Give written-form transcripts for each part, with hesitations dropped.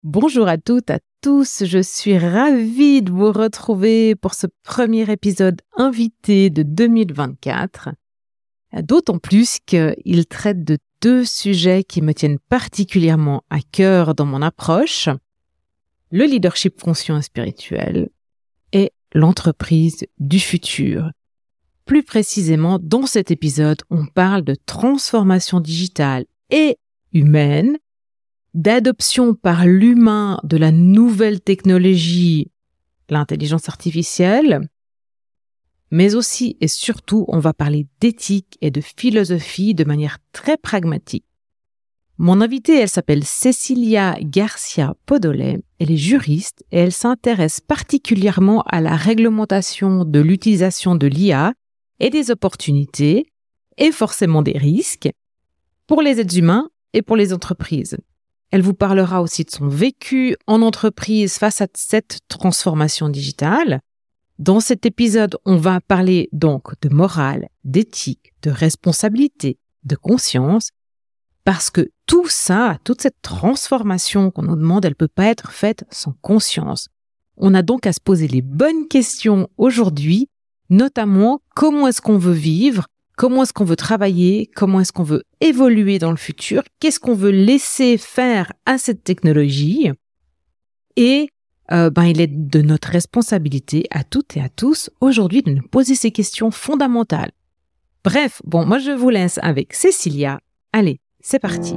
Bonjour à toutes, à tous, je suis ravie de vous retrouver pour ce premier épisode invité de 2024, d'autant plus qu'il traite de deux sujets qui me tiennent particulièrement à cœur dans mon approche, le leadership conscient et spirituel et l'entreprise du futur. Plus précisément, dans cet épisode, on parle de transformation digitale et humaine, d'adoption par l'humain de la nouvelle technologie, l'intelligence artificielle, mais aussi et surtout, on va parler d'éthique et de philosophie de manière très pragmatique. Mon invitée, elle s'appelle Cecilia Garcia Podolé, elle est juriste et elle s'intéresse particulièrement à la réglementation de l'utilisation de l'IA et des opportunités, et forcément des risques, pour les êtres humains et pour les entreprises. Elle vous parlera aussi de son vécu en entreprise face à cette transformation digitale. Dans cet épisode, on va parler donc de morale, d'éthique, de responsabilité, de conscience, parce que tout ça, toute cette transformation qu'on nous demande, elle peut pas être faite sans conscience. On a donc à se poser les bonnes questions aujourd'hui, notamment comment est-ce qu'on veut vivre, comment est-ce qu'on veut travailler, comment est-ce qu'on veut évoluer dans le futur, qu'est-ce qu'on veut laisser faire à cette technologie. Et il est de notre responsabilité à toutes et à tous aujourd'hui de nous poser ces questions fondamentales. Bref, moi je vous laisse avec Cecilia. Allez, c'est parti.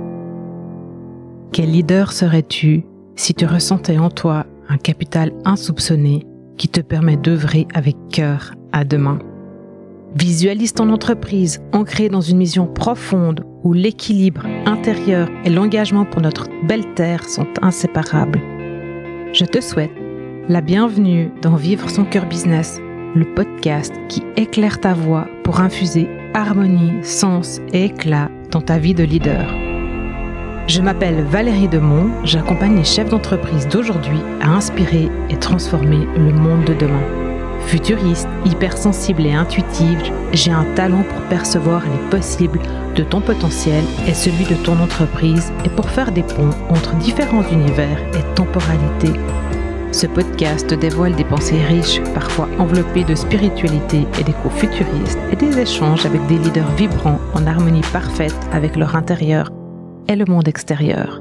Quel leader serais-tu si tu ressentais en toi un capital insoupçonné qui te permet d'œuvrer avec cœur à demain? Visualise ton entreprise ancrée dans une mission profonde où l'équilibre intérieur et l'engagement pour notre belle terre sont inséparables. Je te souhaite la bienvenue dans Vivre son cœur business, le podcast qui éclaire ta voix pour infuser harmonie, sens et éclat dans ta vie de leader. Je m'appelle Valérie Demont, j'accompagne les chefs d'entreprise d'aujourd'hui à inspirer et transformer le monde de demain. Futuriste, hypersensible et intuitive, j'ai un talent pour percevoir les possibles de ton potentiel et celui de ton entreprise et pour faire des ponts entre différents univers et temporalités. Ce podcast te dévoile des pensées riches, parfois enveloppées de spiritualité et d'échos futuristes et des échanges avec des leaders vibrants en harmonie parfaite avec leur intérieur et le monde extérieur.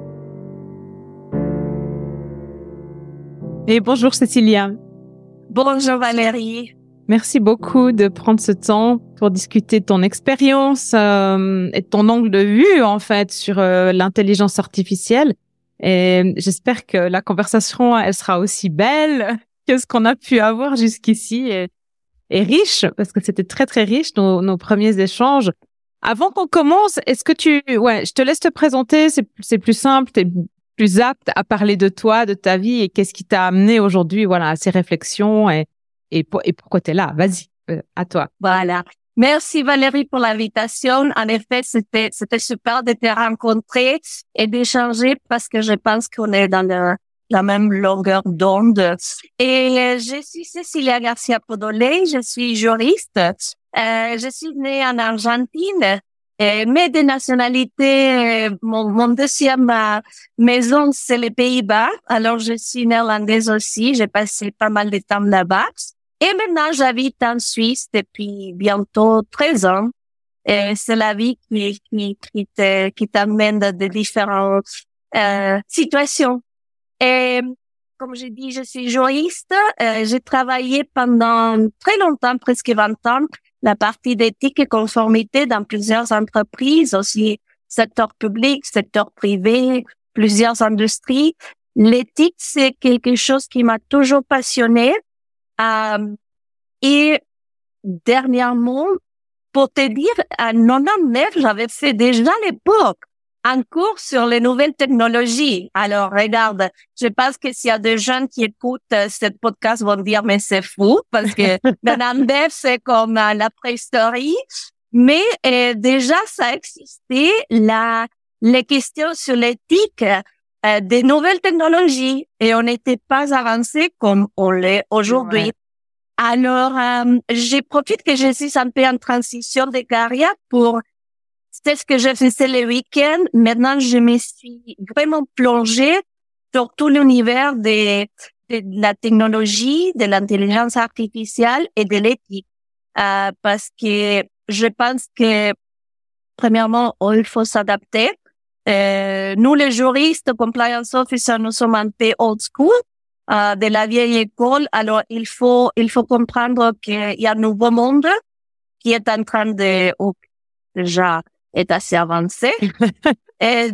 Et bonjour Cecilia. Bonjour Valérie. Merci beaucoup de prendre ce temps pour discuter de ton expérience et de ton angle de vue en fait sur l'intelligence artificielle. Et j'espère que la conversation elle sera aussi belle que ce qu'on a pu avoir jusqu'ici et riche parce que c'était très très riche nos premiers échanges. Avant qu'on commence, est-ce que je te laisse te présenter, c'est plus simple, t'es plus apte à parler de toi, de ta vie et qu'est-ce qui t'a amené aujourd'hui, à ces réflexions et pourquoi t'es là. Vas-y, à toi. Voilà. Merci Valérie pour l'invitation. En effet, c'était super de te rencontrer et d'échanger parce que je pense qu'on est dans la même longueur d'onde. Et je suis Cecilia Garcia Podolé, je suis juriste. Je suis née en Argentine. Mais de nationalité, mon deuxième maison, c'est les Pays-Bas. Alors, je suis néerlandaise aussi. J'ai passé pas mal de temps là-bas. Et maintenant, j'habite en Suisse depuis bientôt 13 ans. Et c'est la vie qui t'amène dans de différentes situations. Et comme j'ai dit, je suis juriste. J'ai travaillé pendant très longtemps, presque 20 ans, la partie d'éthique et conformité dans plusieurs entreprises, aussi secteur public, secteur privé, plusieurs industries. L'éthique, c'est quelque chose qui m'a toujours passionnée. Et dernièrement, pour te dire, en 99, j'avais fait déjà à l'époque un cours sur les nouvelles technologies. Alors, regarde, je pense que s'il y a des jeunes qui écoutent ce podcast vont dire, mais c'est fou, parce que 99, c'est comme la préhistoire. Mais déjà, ça existait, les questions sur l'éthique des nouvelles technologies, et on n'était pas avancé comme on l'est aujourd'hui. Ouais. Alors, je profite que je suis un peu en transition de carrière pour c'est ce que je faisais le week-end. Maintenant, je me suis vraiment plongée sur tout l'univers de la technologie, de l'intelligence artificielle et de l'éthique. Parce que je pense que, premièrement, il faut s'adapter. Nous, les juristes, compliance officers, nous sommes un peu old school, de la vieille école. Alors, il faut comprendre qu'il y a un nouveau monde qui est en train ou déjà est assez avancé. Et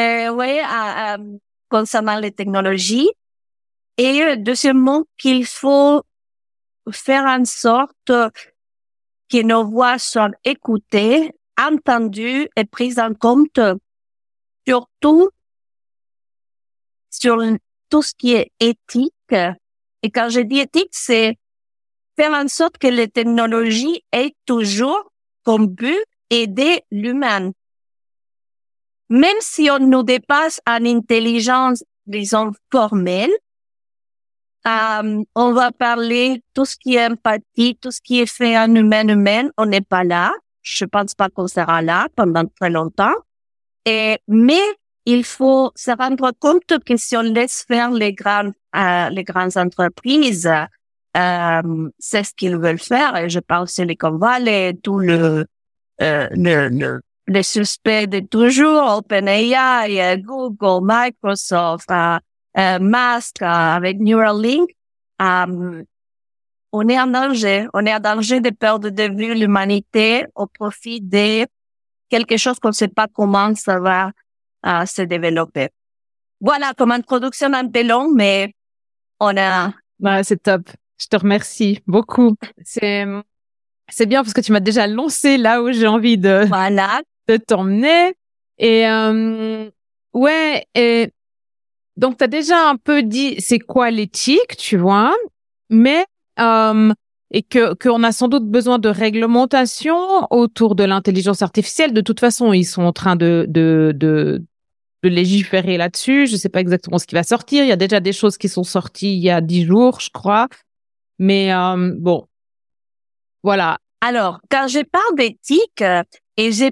concernant les technologies. Et deuxièmement, qu'il faut faire en sorte que nos voix soient écoutées, entendues et prises en compte, surtout sur tout ce qui est éthique. Et quand je dis éthique, c'est faire en sorte que les technologies aient toujours comme but aider l'humain. Même si on nous dépasse en intelligence, disons, formelle, on va parler tout ce qui est empathie, tout ce qui est fait en humain, on n'est pas là. Je pense pas qu'on sera là pendant très longtemps. Mais il faut se rendre compte que si on laisse faire les grandes entreprises, c'est ce qu'ils veulent faire. Et je parle Silicon Valley, tout les suspects de toujours, OpenAI, Google, Microsoft, Musk, avec Neuralink, on est en danger. On est en danger de perdre de vue l'humanité au profit de quelque chose qu'on ne sait pas comment ça va se développer. Voilà, comme introduction un peu long, mais on a... Ouais, c'est top. Je te remercie beaucoup. C'est bien parce que tu m'as déjà lancé là où j'ai envie de t'emmener. Et ouais, et donc tu as déjà un peu dit c'est quoi l'éthique, tu vois, mais et qu'on a sans doute besoin de réglementation autour de l'intelligence artificielle. De toute façon, ils sont en train de légiférer là-dessus. Je sais pas exactement ce qui va sortir. Il y a déjà des choses qui sont sorties il y a 10 jours, je crois. Mais bon, voilà. Alors, quand je parle d'éthique, et j'ai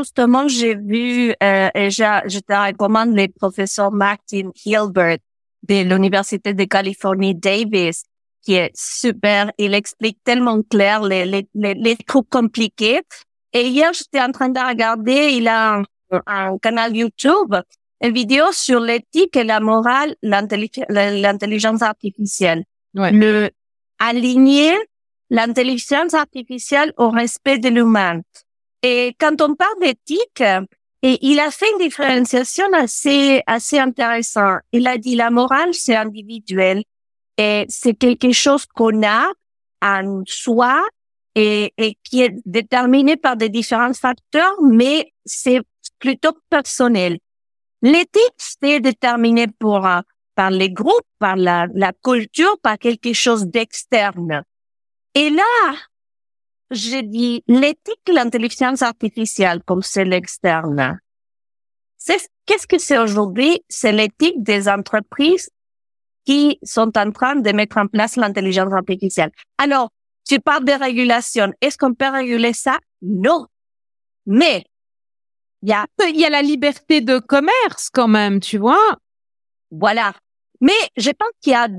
vu, et je te recommande les professeurs Martin Hilbert de l'Université de Californie, Davis, qui est super. Il explique tellement clair les trucs compliqués. Et hier, j'étais en train de regarder, il a un canal YouTube, une vidéo sur l'éthique et la morale, l'intelligence artificielle. Ouais. Aligner l'intelligence artificielle au respect de l'humain. Et quand on parle d'éthique, et il a fait une différenciation assez intéressante. Il a dit la morale, c'est individuel et c'est quelque chose qu'on a en soi et qui est déterminé par des différents facteurs, mais c'est plutôt personnel. L'éthique, c'est déterminé par les groupes, par la culture, par quelque chose d'externe. Et là, j'ai dit, l'éthique, l'intelligence artificielle, comme c'est l'externe. Qu'est-ce que c'est aujourd'hui? C'est l'éthique des entreprises qui sont en train de mettre en place l'intelligence artificielle. Alors, tu parles de régulation. Est-ce qu'on peut réguler ça? Non. Mais, il y a la liberté de commerce quand même, tu vois. Voilà. Mais je pense qu'il y a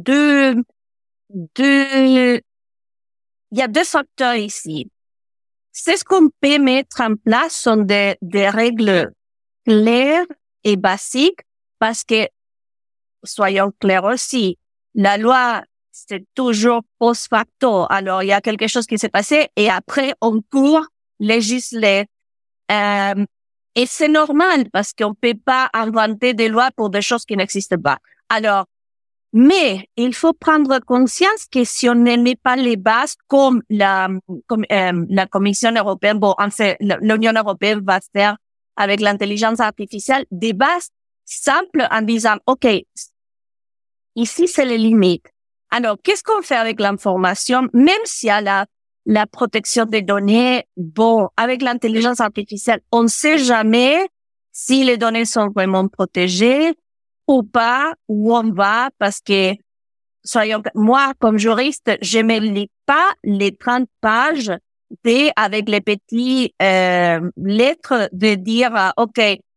il y a deux facteurs ici. C'est ce qu'on peut mettre en place sont des règles claires et basiques parce que, soyons clairs aussi, la loi, c'est toujours post facto. Alors, il y a quelque chose qui s'est passé et après, on court législer. Et c'est normal parce qu'on peut pas inventer des lois pour des choses qui n'existent pas. Alors, mais il faut prendre conscience que si on ne met pas les bases comme la Commission européenne, en fait, l'Union européenne va faire avec l'intelligence artificielle, des bases simples en disant, OK, ici, c'est les limites. Alors, qu'est-ce qu'on fait avec l'information? Même s'il y a la protection des données, avec l'intelligence artificielle, on ne sait jamais si les données sont vraiment protégées ou pas, où on va, parce que, moi, comme juriste, je ne lis pas les 30 pages avec les petits lettres de dire, OK,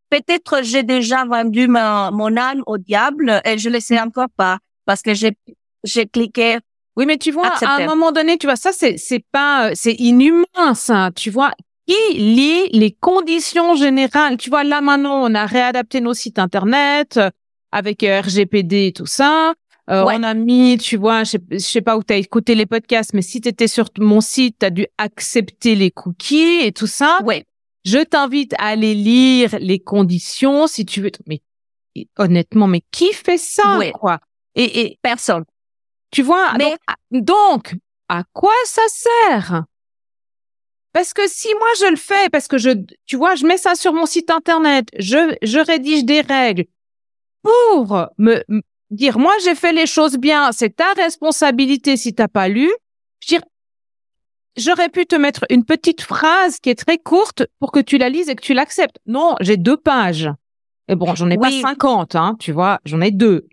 peut-être j'ai déjà vendu mon âme au diable et je le sais encore pas parce que j'ai cliqué. Oui, mais tu vois, Accepter. à un moment donné, tu vois, ça, c'est pas, c'est inhumain, ça, tu vois. Qui lit les conditions générales? Tu vois, là, maintenant, on a réadapté nos sites Internet avec RGPD et tout ça. Ouais. On a mis, tu vois, je sais pas où tu as écouté les podcasts, mais si tu étais sur mon site, tu as dû accepter les cookies et tout ça. Ouais. Je t'invite à aller lire les conditions si tu veux. Mais honnêtement, mais qui fait ça, Ouais. quoi? Et Personne. tu vois, Mais donc, à quoi ça sert? Parce que si moi je le fais, parce que tu vois, je mets ça sur mon site internet, je rédige des règles pour me dire, moi j'ai fait les choses bien, c'est ta responsabilité si t'as pas lu. Je veux dire, j'aurais pu te mettre une petite phrase qui est très courte pour que tu la lises et que tu l'acceptes. Non, j'ai 2 pages. Et bon, j'en ai pas oui. 50, hein, tu vois, j'en ai 2,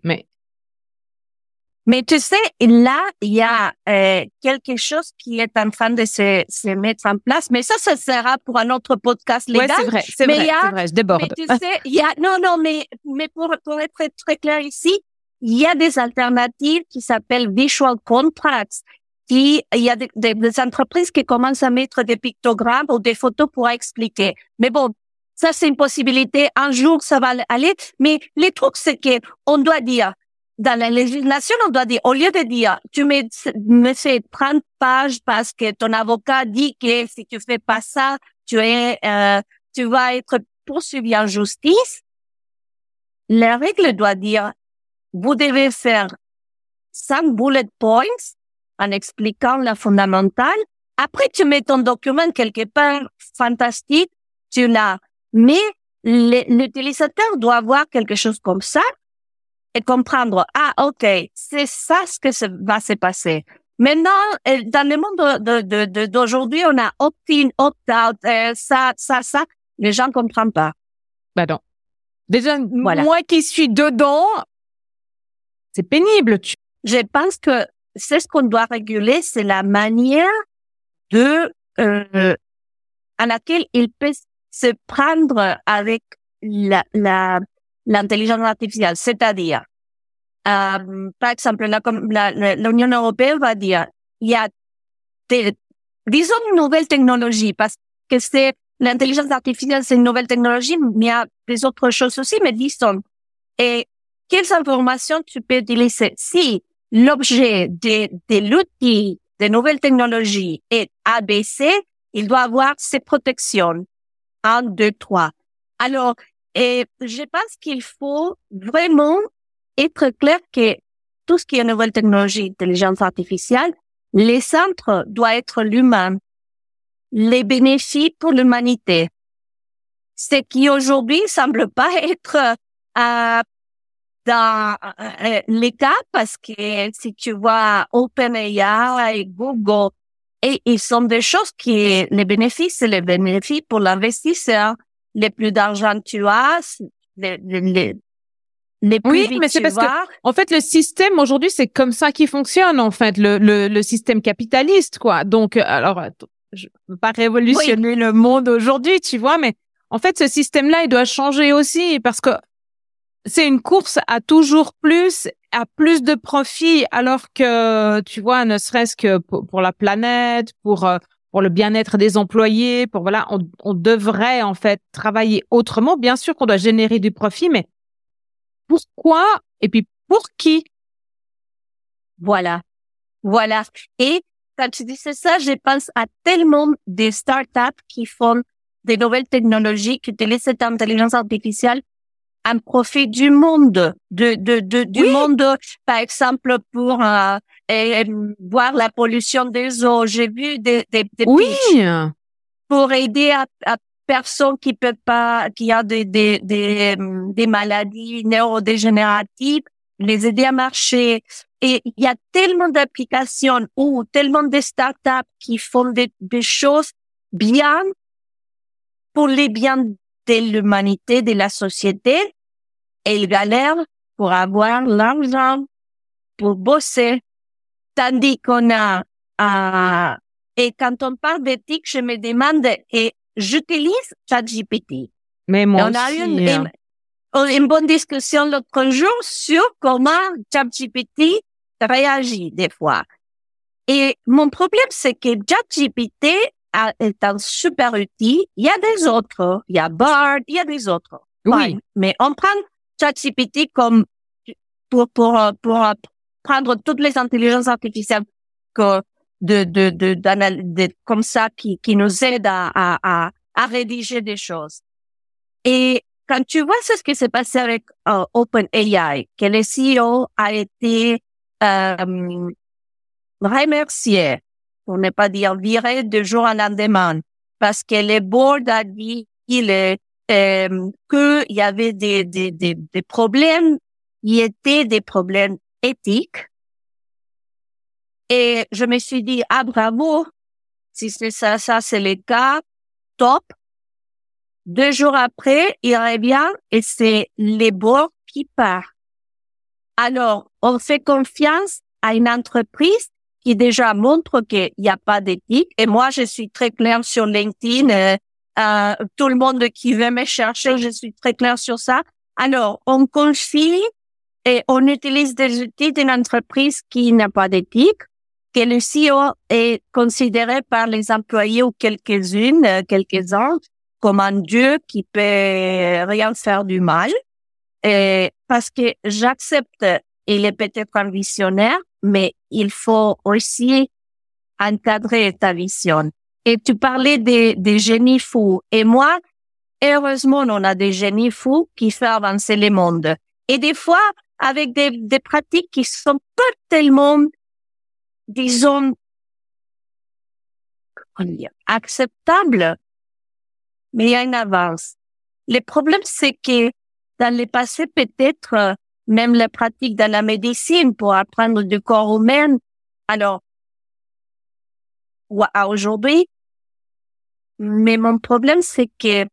Mais tu sais, là, il y a quelque chose qui est en train de se mettre en place. Mais ça sera pour un autre podcast légal. Ouais, c'est vrai, je déborde. Mais tu sais, il y a, non, mais pour être très clair ici, il y a des alternatives qui s'appellent visual contracts. Il y a des entreprises qui commencent à mettre des pictogrammes ou des photos pour expliquer. Mais bon, ça, c'est une possibilité. Un jour, ça va aller. Mais le truc, c'est que on doit dire, dans la législation, on doit dire, au lieu de dire, tu me fais 30 pages parce que ton avocat dit que si tu fais pas ça, tu vas être poursuivi en justice. La règle doit dire, vous devez faire 5 bullet points en expliquant la fondamentale. Après, tu mets ton document quelque part fantastique, tu l'as. Mais l'utilisateur doit avoir quelque chose comme ça et comprendre, ok, c'est ça ce que va se passer. Maintenant, dans le monde d'aujourd'hui, on a opt-in, opt-out, ça. Les gens comprennent pas. Bah non. Déjà, Voilà. moi qui suis dedans, c'est pénible. Je pense que c'est ce qu'on doit réguler, c'est la manière à laquelle il peut se prendre avec l'intelligence artificielle. C'est-à-dire, par exemple, l'Union européenne va dire, il y a disons une nouvelle technologie, parce que l'intelligence artificielle, c'est une nouvelle technologie, mais il y a des autres choses aussi, mais disons, et quelles informations tu peux utiliser si l'objet de l'outil de nouvelles technologies est ABC, il doit avoir ses protections. 1, 2, 3. Alors, je pense qu'il faut vraiment être clair que tout ce qui est nouvelle technologie, intelligence artificielle, les centres doivent être l'humain, les bénéfices pour l'humanité. Ce qui aujourd'hui semble pas être dans les cas, parce que si tu vois OpenAI et Google, et ils sont des choses qui, les bénéfices, c'est les bénéfices pour l'investisseur. Les plus d'argent tu as, les plus vite mais c'est tu parce vas. que, en fait, le système aujourd'hui, c'est comme ça qu'il fonctionne, en fait, le système capitaliste, quoi. Donc, alors, je veux pas révolutionner le monde aujourd'hui, tu vois, mais en fait, ce système-là, il doit changer aussi parce que c'est une course à toujours plus, à plus de profit, alors que, tu vois, ne serait-ce que pour la planète, pour le bien-être des employés, voilà, on devrait, en fait, travailler autrement. Bien sûr qu'on doit générer du profit, mais pourquoi et puis pour qui? Voilà. Et quand tu dis ça, je pense à tellement de startups qui font des nouvelles technologies, qui utilisent cette intelligence artificielle en profit du monde, du monde, par exemple, pour voir la pollution des eaux. J'ai vu des pitchs pour aider à personnes qui peuvent pas, qui ont des maladies neurodégénératives, les aider à marcher. Et il y a tellement d'applications ou tellement de startups qui font des choses bien pour les biens de l'humanité, de la société, et ils galèrent pour avoir l'argent, pour bosser. Tandis qu'on a, et quand on parle d'éthique, je me demande, et j'utilise ChatGPT. Mais moi on a eu aussi. une bonne discussion l'autre jour sur comment ChatGPT réagit des fois. Et mon problème, c'est que ChatGPT est un super outil. Il y a des autres. Il y a Bard, il y a des autres. Oui. Fine. Mais on prend ChatGPT comme pour prendre toutes les intelligences artificielles que comme ça qui nous aident à rédiger des choses. Et quand tu vois ce qui s'est passé avec OpenAI, que le CEO a été remercié, pour ne pas dire viré de jour au lendemain, parce que le board a dit qu'il y avait des problèmes, il y était des problèmes éthiques. Et je me suis dit, ah bravo, si c'est ça c'est le cas, top. 2 jours après, il revient et c'est les boards qui partent. Alors, on fait confiance à une entreprise qui déjà montre qu'il n'y a pas d'éthique. Et moi, je suis très claire sur LinkedIn. Tout le monde qui veut me chercher, je suis très claire sur ça. Alors, on confie et on utilise des outils d'une entreprise qui n'a pas d'éthique, que le CEO est considéré par les employés ou quelques-uns, comme un dieu qui peut rien faire du mal. Et parce que j'accepte, il est peut-être un visionnaire, mais il faut aussi encadrer ta vision. Et tu parlais des génies fous. Et moi, heureusement, on a des génies fous qui font avancer le monde. Et des fois, avec des pratiques qui sont pas tellement, disons, acceptables, mais il y a une avance. Le problème, c'est que dans le passé, peut-être, même les pratiques dans la médecine pour apprendre du corps humain, alors, à aujourd'hui, mais mon problème, c'est que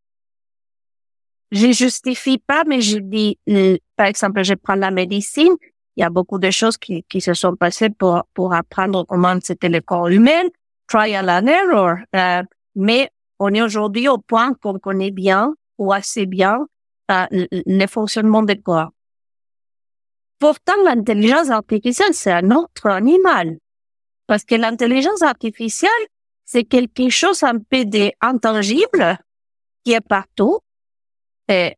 je justifie pas, mais je dis, par exemple, je prends la médecine, il y a beaucoup de choses qui se sont passées pour apprendre comment c'était le corps humain, trial and error, mais on est aujourd'hui au point qu'on connaît bien ou assez bien le fonctionnement du corps. Pourtant, l'intelligence artificielle, c'est un autre animal. Parce que l'intelligence artificielle, c'est quelque chose un peu d'intangible qui est partout. Et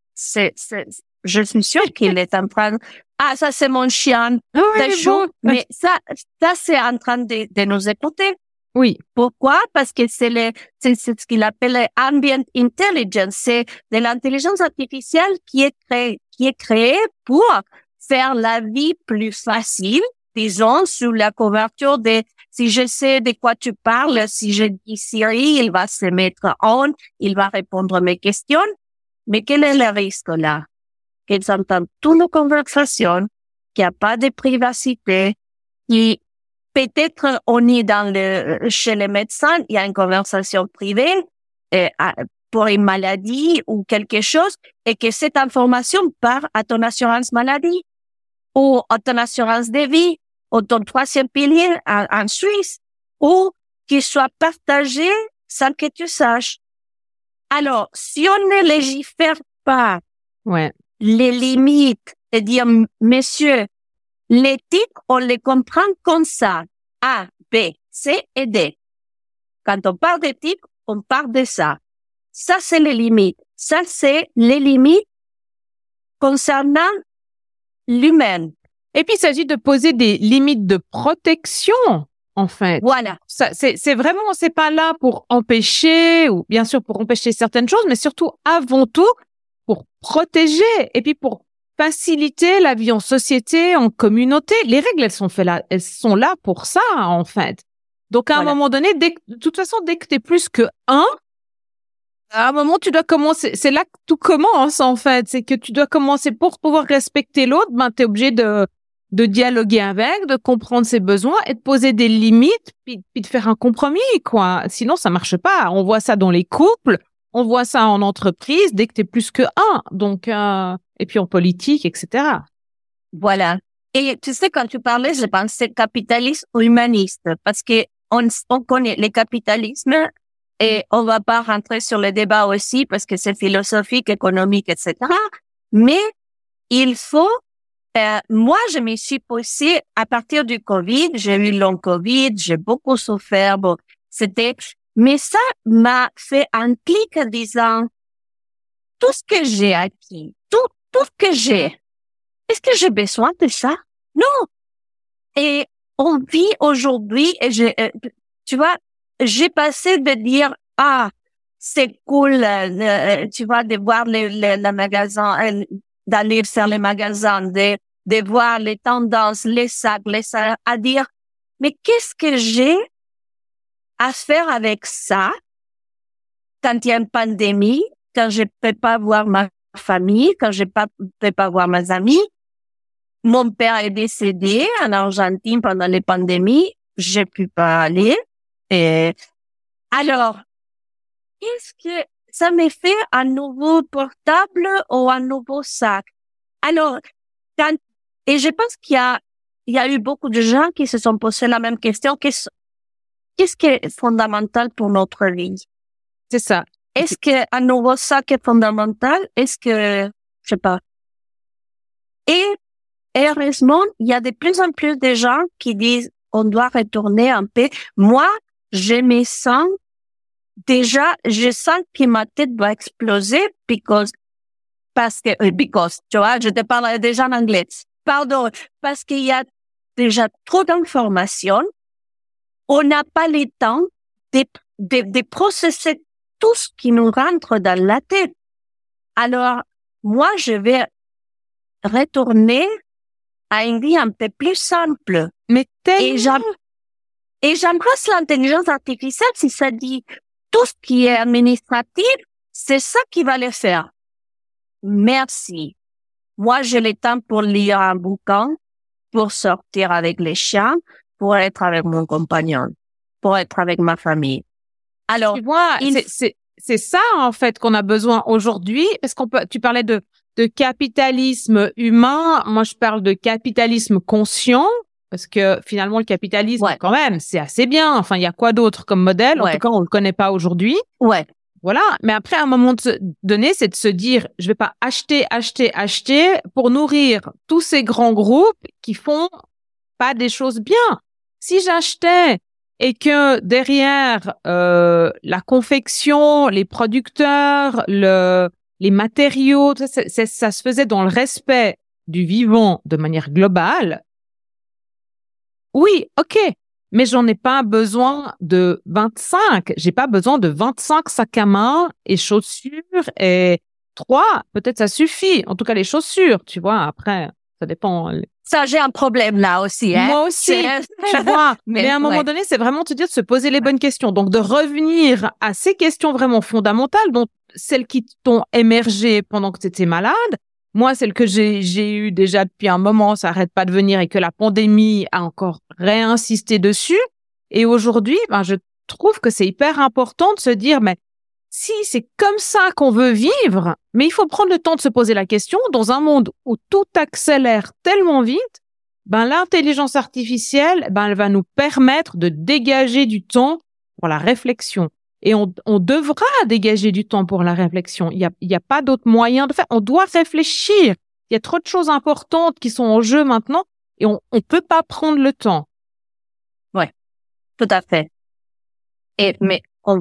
je suis sûre qu'il est en train ça c'est mon chien. C'est chaud. Mais ça c'est en train de nous écouter. Oui. Pourquoi? Parce que c'est ce qu'il appelle ambient intelligence. C'est de l'intelligence artificielle qui est créée pour faire la vie plus facile, disons, sous la couverture si je sais de quoi tu parles, si je dis Siri, il va se mettre il va répondre à mes questions. Mais quel est le risque là? Qu'ils entendent toutes nos conversations, qu'il n'y a pas de privacité, qui peut-être on est chez les médecins, il y a une conversation privée pour une maladie ou quelque chose, et que cette information part à ton assurance maladie ou à ton assurance de vie ou ton troisième pilier en Suisse, ou qu'il soit partagé sans que tu saches. Alors, si on ne légifère pas les limites et dire, messieurs, l'éthique, on les comprend comme ça. A, B, C et D. Quand on parle d'éthique, on parle de ça. Ça, c'est les limites. Ça, c'est les limites concernant l'humain. Et puis, il s'agit de poser des limites de protection, en fait. Voilà. Ça, c'est vraiment, c'est pas là pour empêcher, ou bien sûr pour empêcher certaines choses, mais surtout, avant tout, pour protéger et puis pour faciliter la vie en société, en communauté. Les règles, elles sont là pour ça, en fait. Donc, à un moment donné, de toute façon, dès que t'es plus que un, à un moment, tu dois commencer. C'est là que tout commence, en fait. C'est que tu dois commencer pour pouvoir respecter l'autre. T'es obligé de dialoguer avec, de comprendre ses besoins et de poser des limites, puis de faire un compromis, quoi. Sinon, ça marche pas. On voit ça dans les couples, on voit ça en entreprise, dès que t'es plus que un. Donc, et puis en politique, etc. Voilà. Et tu sais, quand tu parlais, je pensais capitaliste ou humaniste, parce que on connaît le capitalisme Et on va pas rentrer sur le débat aussi parce que c'est philosophique, économique, etc. Mais il faut, moi, je me suis posé à partir du Covid, j'ai eu long Covid, j'ai beaucoup souffert, bon, mais ça m'a fait un clic en disant, tout ce que j'ai acquis, tout ce que j'ai, est-ce que j'ai besoin de ça? Non. Et on vit aujourd'hui, et tu vois, j'ai passé de dire, c'est cool, tu vois, de voir le magasin, d'aller faire les magasins, de voir les tendances, les sacs, à dire, mais qu'est-ce que j'ai à faire avec ça quand il y a une pandémie, quand je peux pas voir ma famille, quand je peux pas voir mes amis? Mon père est décédé en Argentine pendant les pandémies. J'ai pu pas aller. Et alors, qu'est-ce que ça me fait un nouveau portable ou un nouveau sac? Alors, et je pense qu'il y a eu beaucoup de gens qui se sont posé la même question. Qu'est-ce qui est fondamental pour notre vie? C'est ça. Est-ce que un nouveau sac est fondamental? Est-ce que, je sais pas. Et heureusement, il y a de plus en plus de gens qui disent on doit retourner un peu. Moi, je me sens je sens que ma tête va exploser parce que, tu vois, je te parle déjà en anglais. Pardon, parce qu'il y a déjà trop d'informations. On n'a pas le temps de processer tout ce qui nous rentre dans la tête. Alors, moi, je vais retourner à une vie un peu plus simple. Mais Et j'embrasse l'intelligence artificielle si ça dit tout ce qui est administratif, c'est ça qui va le faire. Merci. Moi, j'ai le temps pour lire un bouquin, pour sortir avec les chiens, pour être avec mon compagnon, pour être avec ma famille. Alors, tu vois, c'est ça en fait qu'on a besoin aujourd'hui, parce tu parlais de capitalisme humain, moi je parle de capitalisme conscient, parce que finalement le capitalisme quand même, c'est assez bien. Enfin, il y a quoi d'autre comme modèle? En tout cas, on le connaît pas aujourd'hui. Ouais. Voilà. Mais après, à un moment donné, c'est de se dire, je vais pas acheter pour nourrir tous ces grands groupes qui font pas des choses bien. Si j'achetais et que derrière la confection, les producteurs, les matériaux, ça se faisait dans le respect du vivant de manière globale, oui, ok, mais j'en ai pas besoin de 25. J'ai pas besoin de 25 sacs à main et chaussures et 3, peut-être ça suffit. En tout cas, les chaussures, tu vois, après, ça dépend. Ça, j'ai un problème là aussi. Hein? Moi aussi, tu vois. Mais à un moment donné, c'est vraiment te dire de se poser les bonnes questions. Donc, de revenir à ces questions vraiment fondamentales, dont celles qui t'ont émergé pendant que tu étais malade. Moi, celle que j'ai eu déjà depuis un moment, ça arrête pas de venir et que la pandémie a encore réinsisté dessus. Et aujourd'hui, je trouve que c'est hyper important de se dire, mais si c'est comme ça qu'on veut vivre, mais il faut prendre le temps de se poser la question dans un monde où tout accélère tellement vite, l'intelligence artificielle, elle va nous permettre de dégager du temps pour la réflexion. Et on devra dégager du temps pour la réflexion. Il y a pas d'autre moyen de faire. On doit réfléchir. Il y a trop de choses importantes qui sont en jeu maintenant et on peut pas prendre le temps. Ouais, tout à fait. Mais on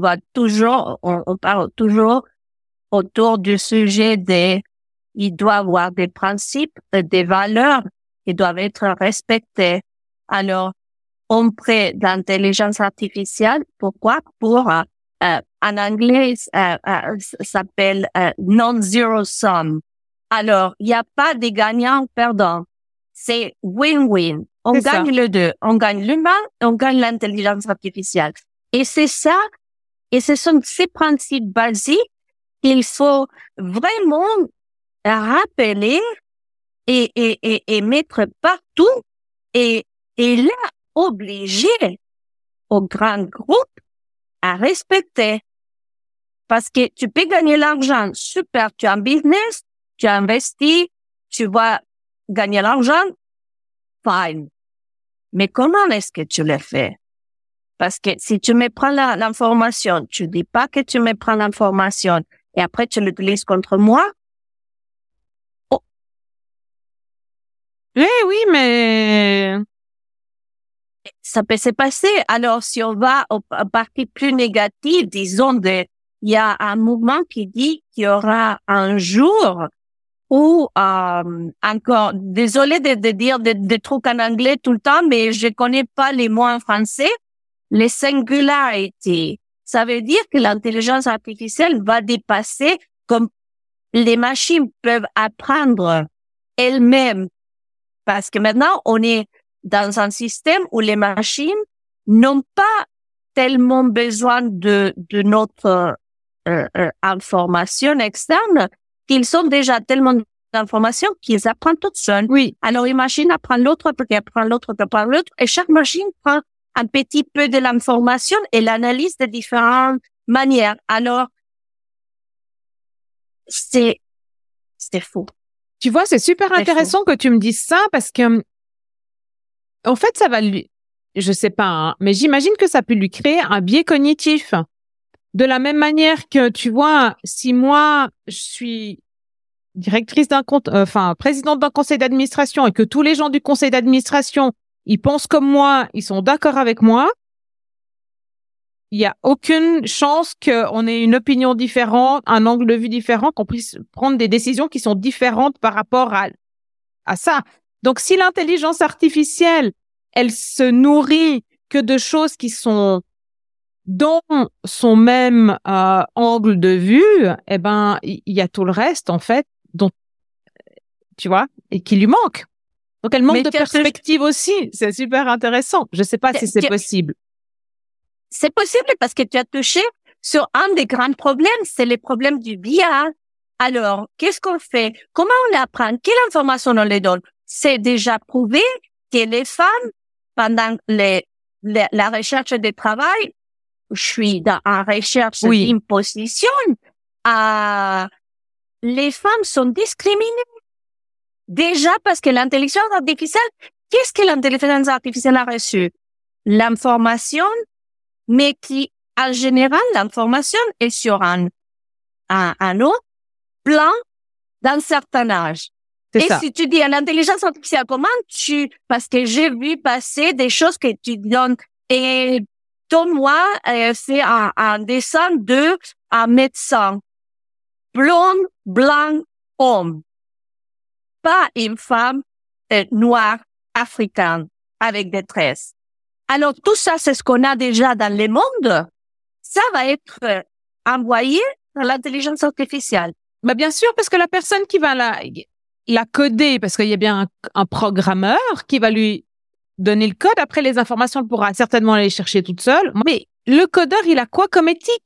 parle toujours autour du sujet il doit avoir des principes, des valeurs qui doivent être respectées. Alors, on prend l'intelligence artificielle. Pourquoi? Pour en anglais, ça s'appelle non-zero sum. Alors, il n'y a pas de gagnant-perdant. C'est win-win. On gagne les deux. On gagne l'humain, on gagne l'intelligence artificielle. Et c'est ça, et ce sont ces principes basiques qu'il faut vraiment rappeler et mettre partout et là, obliger aux grands groupes à respecter. Parce que tu peux gagner l'argent. Super, tu as un business, tu as investi, tu vas gagner l'argent. Fine. Mais comment est-ce que tu le fais? Parce que si tu me prends l'information, tu dis pas que tu me prends l'information et après tu l'utilises contre moi. Oh. Oui, mais Ça peut se passer. Alors, si on va à partie plus négative, disons, il y a un mouvement qui dit qu'il y aura un jour où, encore, désolé de dire des trucs en anglais tout le temps, mais je connais pas les mots en français, les singularities. Ça veut dire que l'intelligence artificielle va dépasser, comme les machines peuvent apprendre elles-mêmes. Parce que maintenant, on est dans un système où les machines n'ont pas tellement besoin de notre information externe qu'ils ont déjà tellement d'informations qu'ils apprennent toutes seules. oui. Alors, une machine apprend l'autre, puis apprend l'autre, puis apprend l'autre, et chaque machine prend un petit peu de l'information et l'analyse de différentes manières. Alors, c'est faux. Tu vois, c'est super intéressant que tu me dises ça parce que, en fait, ça va lui, je sais pas, hein, mais j'imagine que ça peut lui créer un biais cognitif. De la même manière que, tu vois, si moi, je suis directrice d'un compte, présidente d'un conseil d'administration et que tous les gens du conseil d'administration, ils pensent comme moi, ils sont d'accord avec moi, il y a aucune chance qu'on ait une opinion différente, un angle de vue différent, qu'on puisse prendre des décisions qui sont différentes par rapport à ça. Donc, si l'intelligence artificielle, elle se nourrit que de choses qui sont dans son même angle de vue, eh ben, il y a tout le reste, en fait, dont, tu vois, et qui lui manque. Donc, elle manque de perspective aussi. C'est super intéressant. Je sais pas si c'est possible. C'est possible parce que tu as touché sur un des grands problèmes, c'est les problèmes du biais. Alors, qu'est-ce qu'on fait? Comment on l'apprend? Quelle information on les donne? C'est déjà prouvé que les femmes, pendant la recherche de travail, je suis en recherche d'une position, les femmes sont discriminées. Déjà parce que l'intelligence artificielle, qu'est-ce que l'intelligence artificielle a reçu? L'information, mais qui, en général, l'information est sur un autre plan d'un certain âge. Et ça. Si tu dis à l'intelligence artificielle, comment parce que j'ai vu passer des choses que tu donnes, et donne-moi, c'est un dessin de un médecin. Blonde, blanc, homme. Pas une femme noire, africaine, avec des tresses. Alors, tout ça, c'est ce qu'on a déjà dans le monde. Ça va être envoyé dans l'intelligence artificielle. Bah, bien sûr, parce que la personne qui va la coder, parce qu'il y a bien un programmeur qui va lui donner le code. Après, les informations, elle pourra certainement aller chercher toute seule. Mais le codeur, il a quoi comme éthique?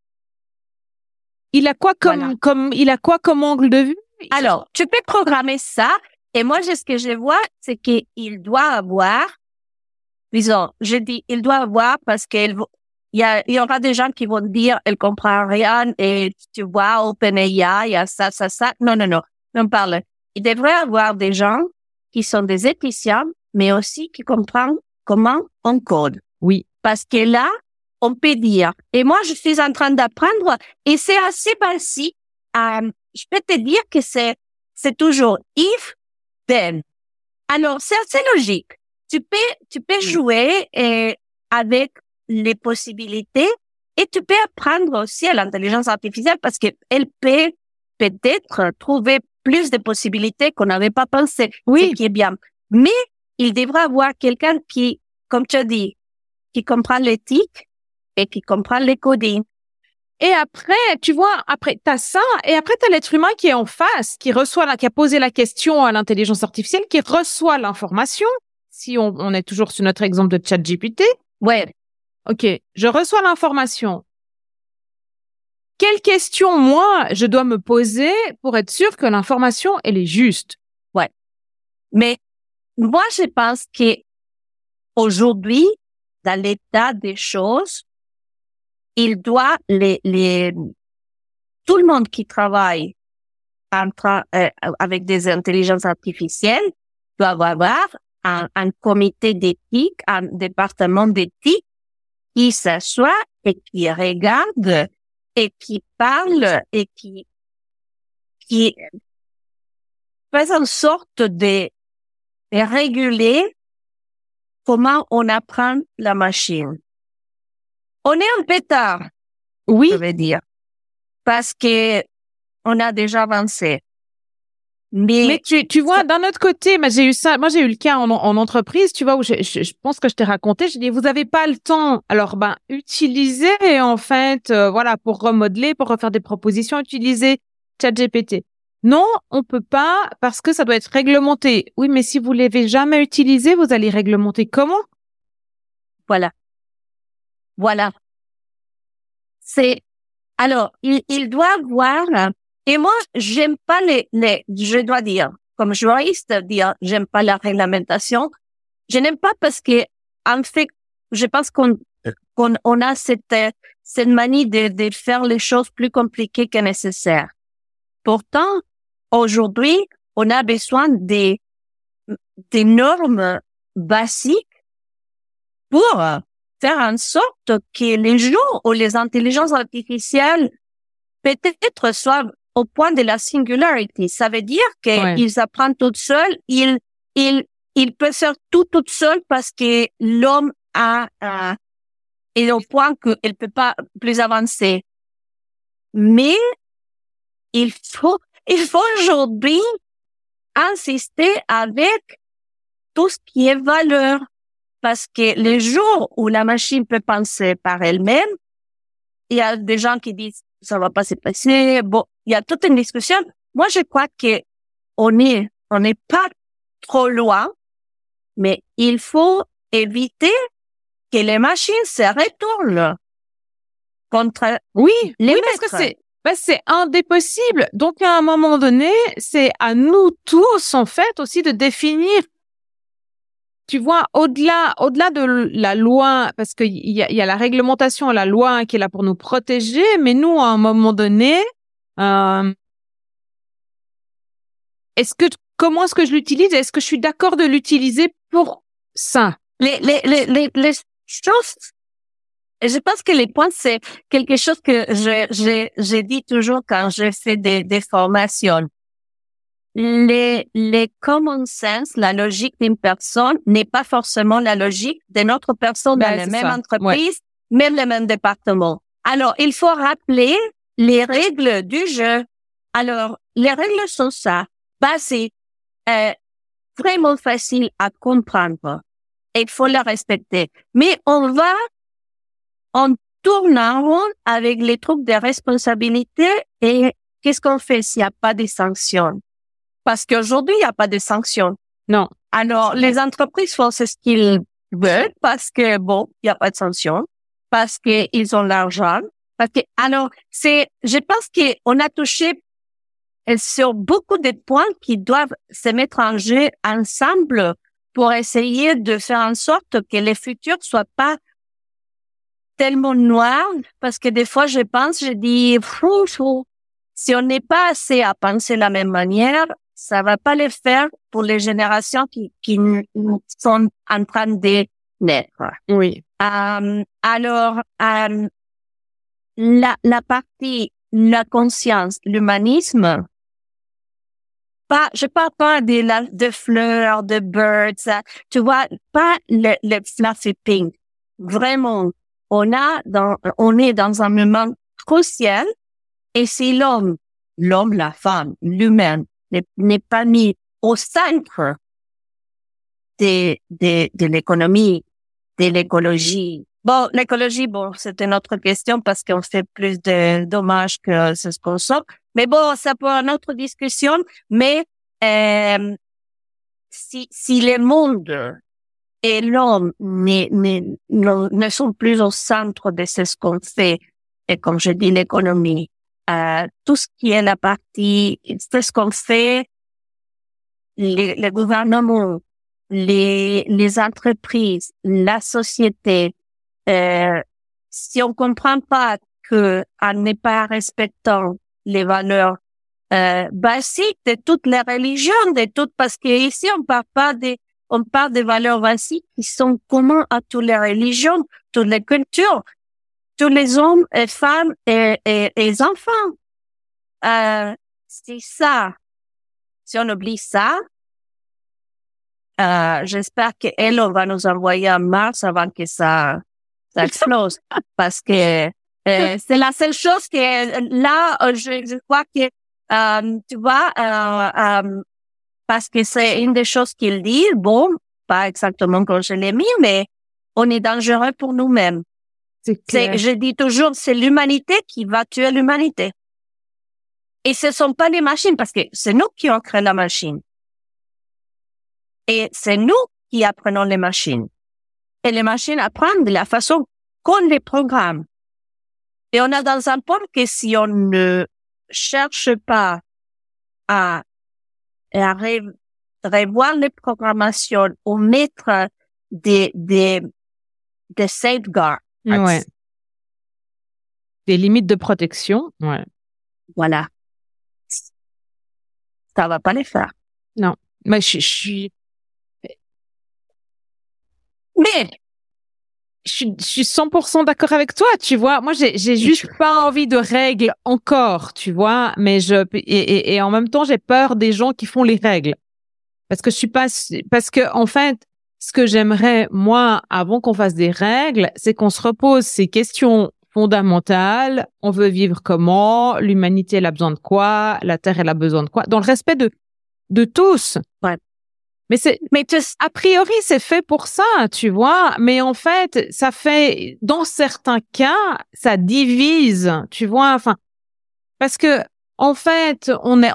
Il a quoi comme angle de vue? Alors, tu peux programmer ça. Et moi, ce que je vois, c'est qu'il doit avoir, disons, je dis, il doit avoir parce il y aura des gens qui vont dire, elle comprend rien et tu vois, OpenAI, il y a ça. Non, on parle. Il devrait y avoir des gens qui sont des éthiciens, mais aussi qui comprennent comment on code. Oui. Parce que là, on peut dire, et moi, je suis en train d'apprendre et c'est assez basique. Je peux te dire que c'est toujours if, then. Alors, c'est assez logique. Tu peux jouer avec les possibilités et tu peux apprendre aussi à l'intelligence artificielle parce qu'elle peut peut-être trouver plus de possibilités qu'on n'avait pas pensé. Oui. Ce qui est bien. Mais il devra avoir quelqu'un qui, comme tu as dit, qui comprend l'éthique et qui comprend les coding. Et après, tu vois, après, t'as ça, et après, t'as l'être humain qui est en face, qui a posé la question à l'intelligence artificielle, qui reçoit l'information. Si on est toujours sur notre exemple de ChatGPT. Ouais. OK. Je reçois l'information. Quelle question, moi, je dois me poser pour être sûr que l'information, elle est juste? Ouais. Mais, moi, je pense que aujourd'hui, dans l'état des choses, il doit tout le monde qui travaille avec des intelligences artificielles doit avoir un comité d'éthique, un département d'éthique qui s'assoit et qui regarde et qui parle et qui fait en sorte de réguler comment on apprend la machine. On est un peu tard, Oui, je veux dire, parce que on a déjà avancé. mais tu vois, d'un autre côté, moi j'ai eu le cas en entreprise, tu vois, où je pense que je t'ai raconté, j'ai dit, vous avez pas le temps. Alors, utilisez, en fait, voilà, pour remodeler, pour refaire des propositions, utilisez ChatGPT. Non, on peut pas, parce que ça doit être réglementé. Oui, mais si vous l'avez jamais utilisé, vous allez réglementer comment? Voilà. Alors, il doit voir, et moi, j'aime pas je dois dire, comme juriste, j'aime pas la réglementation. Je n'aime pas parce que, en fait, je pense qu'on a cette manie de faire les choses plus compliquées que nécessaire. Pourtant, aujourd'hui, on a besoin des normes basiques pour faire en sorte que les jours où les intelligences artificielles peut-être soient au point de la singularity. Ça veut dire qu'ils apprennent tout seuls, ils peuvent faire tout seul parce que l'homme est au point qu'il peut pas plus avancer. Mais il faut aujourd'hui insister avec tout ce qui est valeur. Parce que les jours où la machine peut penser par elle-même, il y a des gens qui disent ça va pas se passer. Bon, il y a toute une discussion. Moi, je crois que on n'est pas trop loin, mais il faut éviter que les machines se retournent contre les maîtres. Parce que c'est un des possibles. Donc, à un moment donné, c'est à nous tous, en fait, aussi de définir. Tu vois, au-delà de la loi, parce qu'il y a la réglementation, la loi qui est là pour nous protéger, mais nous, à un moment donné, comment est-ce que je l'utilise? Est-ce que je suis d'accord de l'utiliser pour ça? Les choses, je pense que les points, c'est quelque chose que j'ai dit toujours quand je fais des formations. Les common sense, la logique d'une personne n'est pas forcément la logique d'une autre personne dans la même entreprise, même le même département. Alors, il faut rappeler les règles du jeu. Alors, les règles sont ça, basiques, vraiment faciles à comprendre. Et il faut les respecter. Mais on tourne en rond avec les trucs de responsabilité et qu'est-ce qu'on fait s'il n'y a pas de sanctions? Parce qu'aujourd'hui, il n'y a pas de sanctions. Non. Alors, les entreprises font ce qu'ils veulent parce que, il n'y a pas de sanctions, parce qu'ils ont l'argent, je pense qu'on a touché sur beaucoup de points qui doivent se mettre en jeu ensemble pour essayer de faire en sorte que les futurs soient pas tellement noirs, parce que des fois, je dis, si on n'est pas assez à penser de la même manière, ça va pas le faire pour les générations qui sont en train de naître. Oui. Alors, la partie, la conscience, l'humanisme, je parle pas de fleurs, de birds, tu vois, pas le fluffy pink. Vraiment, on est dans un moment crucial et si l'homme, la femme, l'humain n'est pas mis au centre de l'économie, de l'écologie. Bon, l'écologie, c'est une autre question parce qu'on fait plus de dommages que ce qu'on sort. Mais bon, ça peut être une autre discussion. Mais si le monde et l'homme ne sont plus au centre de ce qu'on fait, et comme je dis, l'économie, tout ce qui est la partie, c'est ce qu'on fait, les gouvernements, les entreprises, la société, si on comprend pas que en n'est pas respectant les valeurs basiques de toutes les religions, parce que ici on parle pas on parle des valeurs basiques qui sont communes à toutes les religions, toutes les cultures, tous les hommes et femmes et les enfants. C'est ça. Si on oublie ça, j'espère qu'elle, on va nous envoyer en Mars avant que ça explose. Parce que c'est la seule chose que là, je crois que, tu vois, parce que c'est une des choses qu'il dit, bon, pas exactement comme je l'ai mis, mais on est dangereux pour nous-mêmes. Je dis toujours, c'est l'humanité qui va tuer l'humanité. Et ce sont pas les machines, parce que c'est nous qui ont créé la machine. Et c'est nous qui apprenons les machines. Et les machines apprennent de la façon qu'on les programme. Et on a dans un point que si on ne cherche pas à revoir les programmations ou mettre des safeguards. Ouais. Des limites de protection. Ouais. Voilà. Ça va pas les faire. Non. Mais je suis... Mais je suis 100% d'accord avec toi, tu vois. Moi, j'ai juste pas envie de règles encore, tu vois. Mais et en même temps, j'ai peur des gens qui font les règles. Parce que, en fait, ce que j'aimerais, moi, avant qu'on fasse des règles, c'est qu'on se repose ces questions fondamentales. On veut vivre comment? L'humanité, elle a besoin de quoi? La Terre, elle a besoin de quoi? Dans le respect de tous. Ouais. Mais a priori, c'est fait pour ça, tu vois. Mais en fait, dans certains cas, ça divise, tu vois. Enfin, parce que, en fait,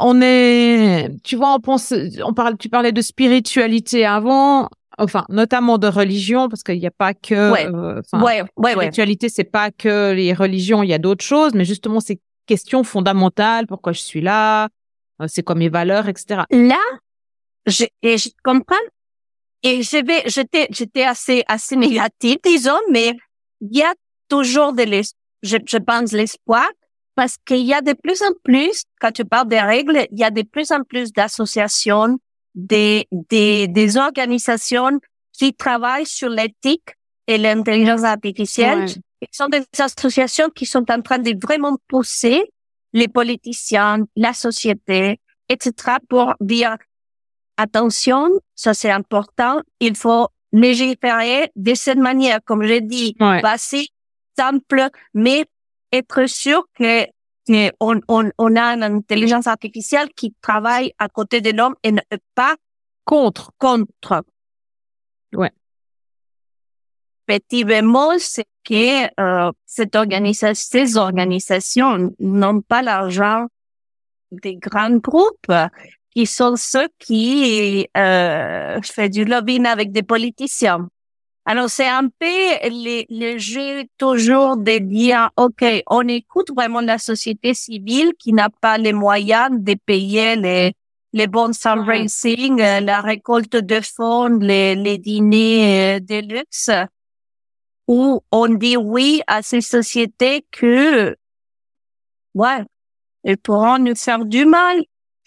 tu vois, tu parlais de spiritualité avant, enfin, notamment de religion, parce qu'il n'y a pas que, spiritualité, c'est pas que les religions, il y a d'autres choses, mais justement, ces questions fondamentales, pourquoi je suis là, c'est quoi mes valeurs, etc. Là, je comprends. Et j'étais assez négative, disons, mais il y a toujours je pense l'espoir, parce qu'il y a de plus en plus, quand tu parles des règles, il y a de plus en plus d'associations, des organisations qui travaillent sur l'éthique et l'intelligence artificielle. Ouais. Ce sont des associations qui sont en train de vraiment pousser les politiciens, la société, etc. pour dire attention, ça c'est important, il faut légiférer de cette manière, comme j'ai dit, basique, simple, mais être sûr que on a une intelligence artificielle qui travaille à côté de l'homme et pas contre. Ouais. Petit bémol, c'est que ces organisations n'ont pas l'argent des grands groupes qui sont ceux qui fait du lobbying avec des politiciens. Alors c'est un peu le jeu toujours de dire OK, on écoute vraiment la société civile qui n'a pas les moyens de payer les bons fundraising, la récolte de fonds, les dîners de luxe, où on dit oui à ces sociétés que ils pourront nous faire du mal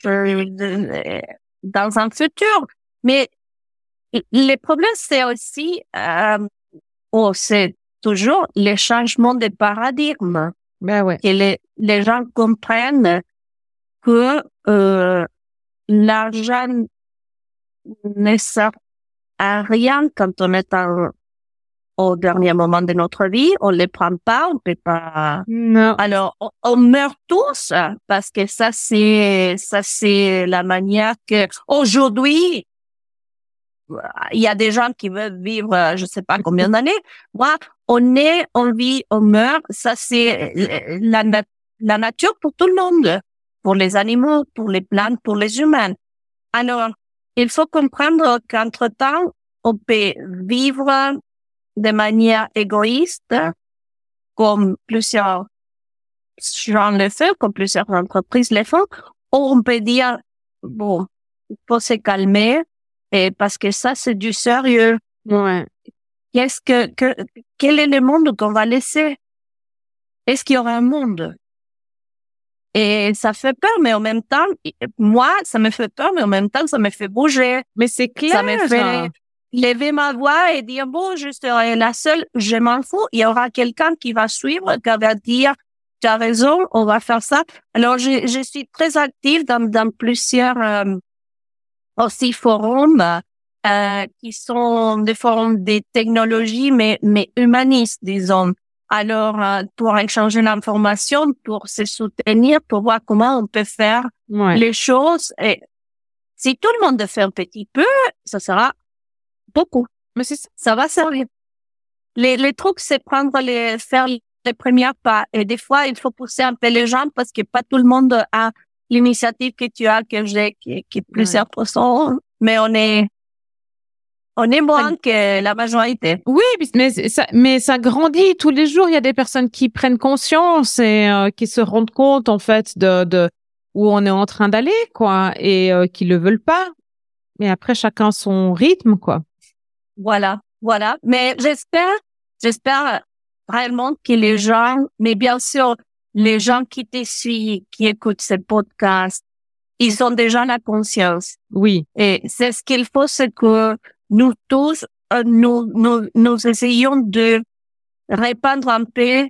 dans un futur. Mais le problème, c'est aussi, c'est toujours le changement de paradigme. Ben ouais. Que les gens comprennent que l'argent ne sert à rien quand on est au dernier moment de notre vie. On ne les prend pas, on peut pas. Non. Alors, on meurt tous parce que ça c'est la manière que aujourd'hui, il y a des gens qui veulent vivre, je sais pas combien d'années. Moi, on vit, on meurt. Ça, c'est la nature pour tout le monde. Pour les animaux, pour les plantes, pour les humains. Alors, il faut comprendre qu'entre-temps, on peut vivre de manière égoïste, comme plusieurs gens le font, comme plusieurs entreprises le font. Ou on peut dire, bon, il faut se calmer. Et parce que ça, c'est du sérieux. Ouais. Quel est le monde qu'on va laisser? Est-ce qu'il y aura un monde? Et ça fait peur, mais en même temps, moi, ça me fait peur, mais en même temps, ça me fait bouger. Mais c'est clair. Ça me fait lever ma voix et dire, bon, je serai la seule, je m'en fous. Il y aura quelqu'un qui va suivre, qui va dire, tu as raison, on va faire ça. Alors, je suis très active dans plusieurs aussi forums qui sont des forums des technologies, mais humanistes, disons. Alors, pour échanger l'information, pour se soutenir, pour voir comment on peut faire les choses. Et si tout le monde fait un petit peu, ça sera beaucoup. Mais ça va servir. Les trucs, c'est faire les premiers pas. Et des fois, il faut pousser un peu les gens parce que pas tout le monde a l'initiative que tu as, que j'ai, qui est plus important. Mais on est moins que la majorité. Oui, mais ça grandit tous les jours. Il y a des personnes qui prennent conscience et qui se rendent compte en fait de où on est en train d'aller, quoi, et qui le veulent pas. Mais après, chacun son rythme, quoi. Voilà. Mais j'espère réellement que les gens, mais bien sûr, les gens qui te suivent, qui écoutent ce podcast, ils ont déjà la conscience. Oui. Et c'est ce qu'il faut, c'est que nous tous, nous essayons de répandre un peu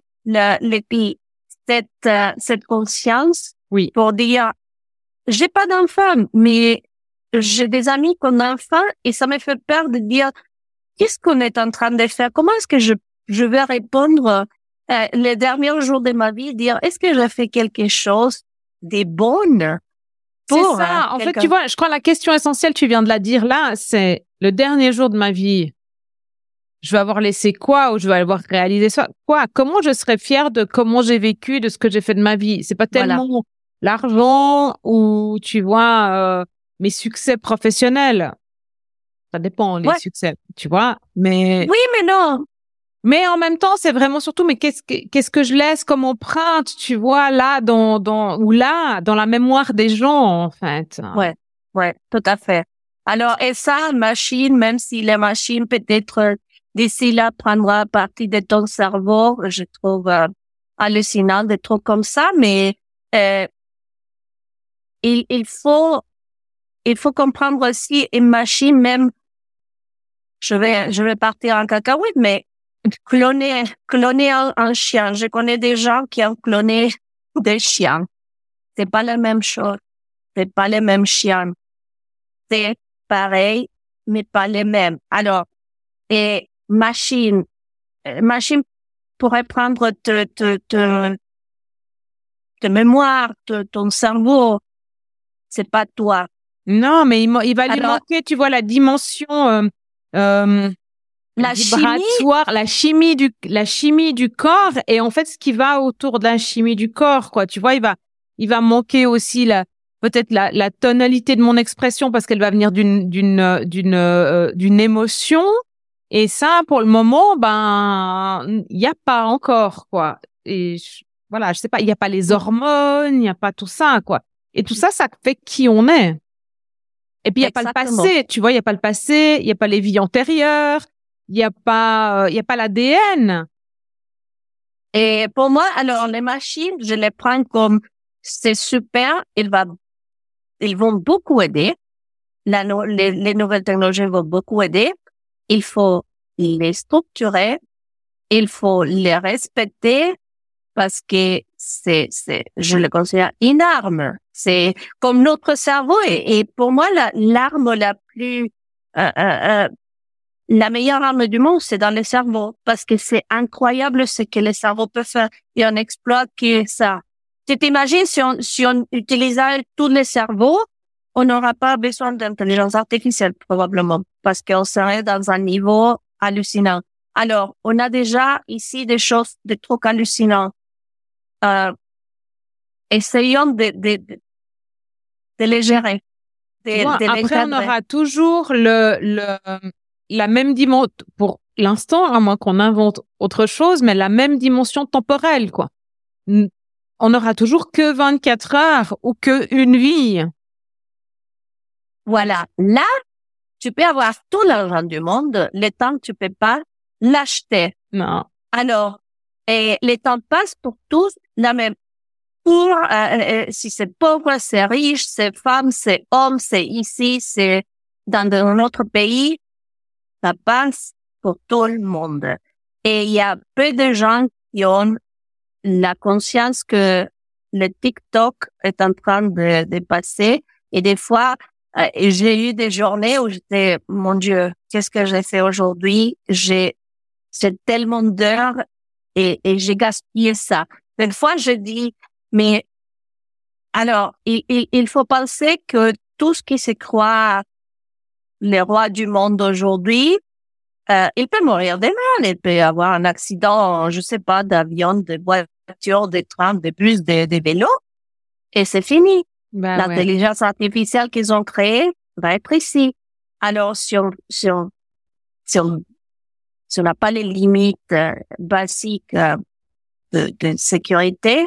cette conscience. Oui. Pour dire, j'ai pas d'enfant, mais j'ai des amis qui ont d'enfants et ça me fait peur de dire, qu'est-ce qu'on est en train de faire? Comment est-ce que je vais répondre les derniers jours de ma vie, dire, est-ce que j'ai fait quelque chose de bon? C'est ça. En fait, tu vois, je crois la question essentielle, tu viens de la dire là, c'est le dernier jour de ma vie. Je vais avoir laissé quoi ou je vais avoir réalisé ça? Quoi? Comment je serais fière de comment j'ai vécu, de ce que j'ai fait de ma vie? C'est pas tellement l'argent ou, tu vois, mes succès professionnels. Ça dépend, les succès, tu vois, mais... Oui, mais non. Mais en même temps, c'est vraiment surtout, mais qu'est-ce que je laisse comme empreinte, tu vois, là, dans la mémoire des gens, en fait. Ouais, tout à fait. Alors, et ça, machine, même si la machine peut-être d'ici là prendra partie de ton cerveau, je trouve hallucinant des trucs comme ça, mais il faut comprendre aussi une machine, même, je vais partir en cacahuète, mais cloner un chien. Je connais des gens qui ont cloné des chiens. C'est pas la même chose. C'est pas les mêmes chiens. C'est pareil, mais pas les mêmes. Alors, et machine pourrait prendre ta mémoire, ton cerveau. C'est pas toi. Non, mais il va lui manquer, tu vois, la dimension vibratoire, la chimie du corps, et en fait ce qui va autour de la chimie du corps, quoi. Tu vois, il va manquer aussi peut-être la tonalité de mon expression parce qu'elle va venir d'une émotion, et ça pour le moment il y a pas encore, quoi. Et voilà, je sais pas, il y a pas les hormones, il y a pas tout ça, quoi. Et tout ça fait qui on est. Et puis il y a pas le passé, tu vois, il y a pas le passé, il y a pas les vies antérieures, il y a pas l'ADN. Et pour moi, alors les machines, je les prends comme c'est super, ils vont beaucoup aider. Les nouvelles technologies vont beaucoup aider. Il faut les structurer, il faut les respecter parce que je le considère une arme. C'est comme notre cerveau et pour moi l'arme la plus la meilleure arme du monde, c'est dans le cerveau parce que c'est incroyable ce que le cerveau peut faire et on exploite ça. Tu t'imagines si on utilisait tous les cerveaux, on n'aura pas besoin d'intelligence artificielle probablement parce qu'on serait dans un niveau hallucinant. Alors, on a déjà ici des trucs hallucinants. Essayons de les gérer. Après, on aura toujours la même dimension, pour l'instant, à moins qu'on invente autre chose, mais la même dimension temporelle, quoi. On n'aura toujours que 24 heures ou que une vie. Voilà. Là, tu peux avoir tout l'argent du monde, le temps, tu peux pas l'acheter. Non. Alors, et les temps passent pour tous la même. pour, si c'est pauvre, c'est riche, c'est femme, c'est homme, c'est ici, c'est dans un autre pays, ça passe pour tout le monde. Et il y a peu de gens qui ont la conscience que le TikTok est en train de passer. Et des fois, j'ai eu des journées où j'étais, mon Dieu, qu'est-ce que j'ai fait aujourd'hui? J'ai tellement d'heures et j'ai gaspillé ça. Des fois, je dis, mais alors, il faut penser que tout ce qui se croit les rois du monde aujourd'hui, il peut mourir demain, il peut avoir un accident, je sais pas, d'avion, de voiture, de tram, de bus, de vélo, et c'est fini. Bah ouais. L'intelligence artificielle qu'ils ont créée va être ici. Alors, si on n'a pas les limites basiques de sécurité,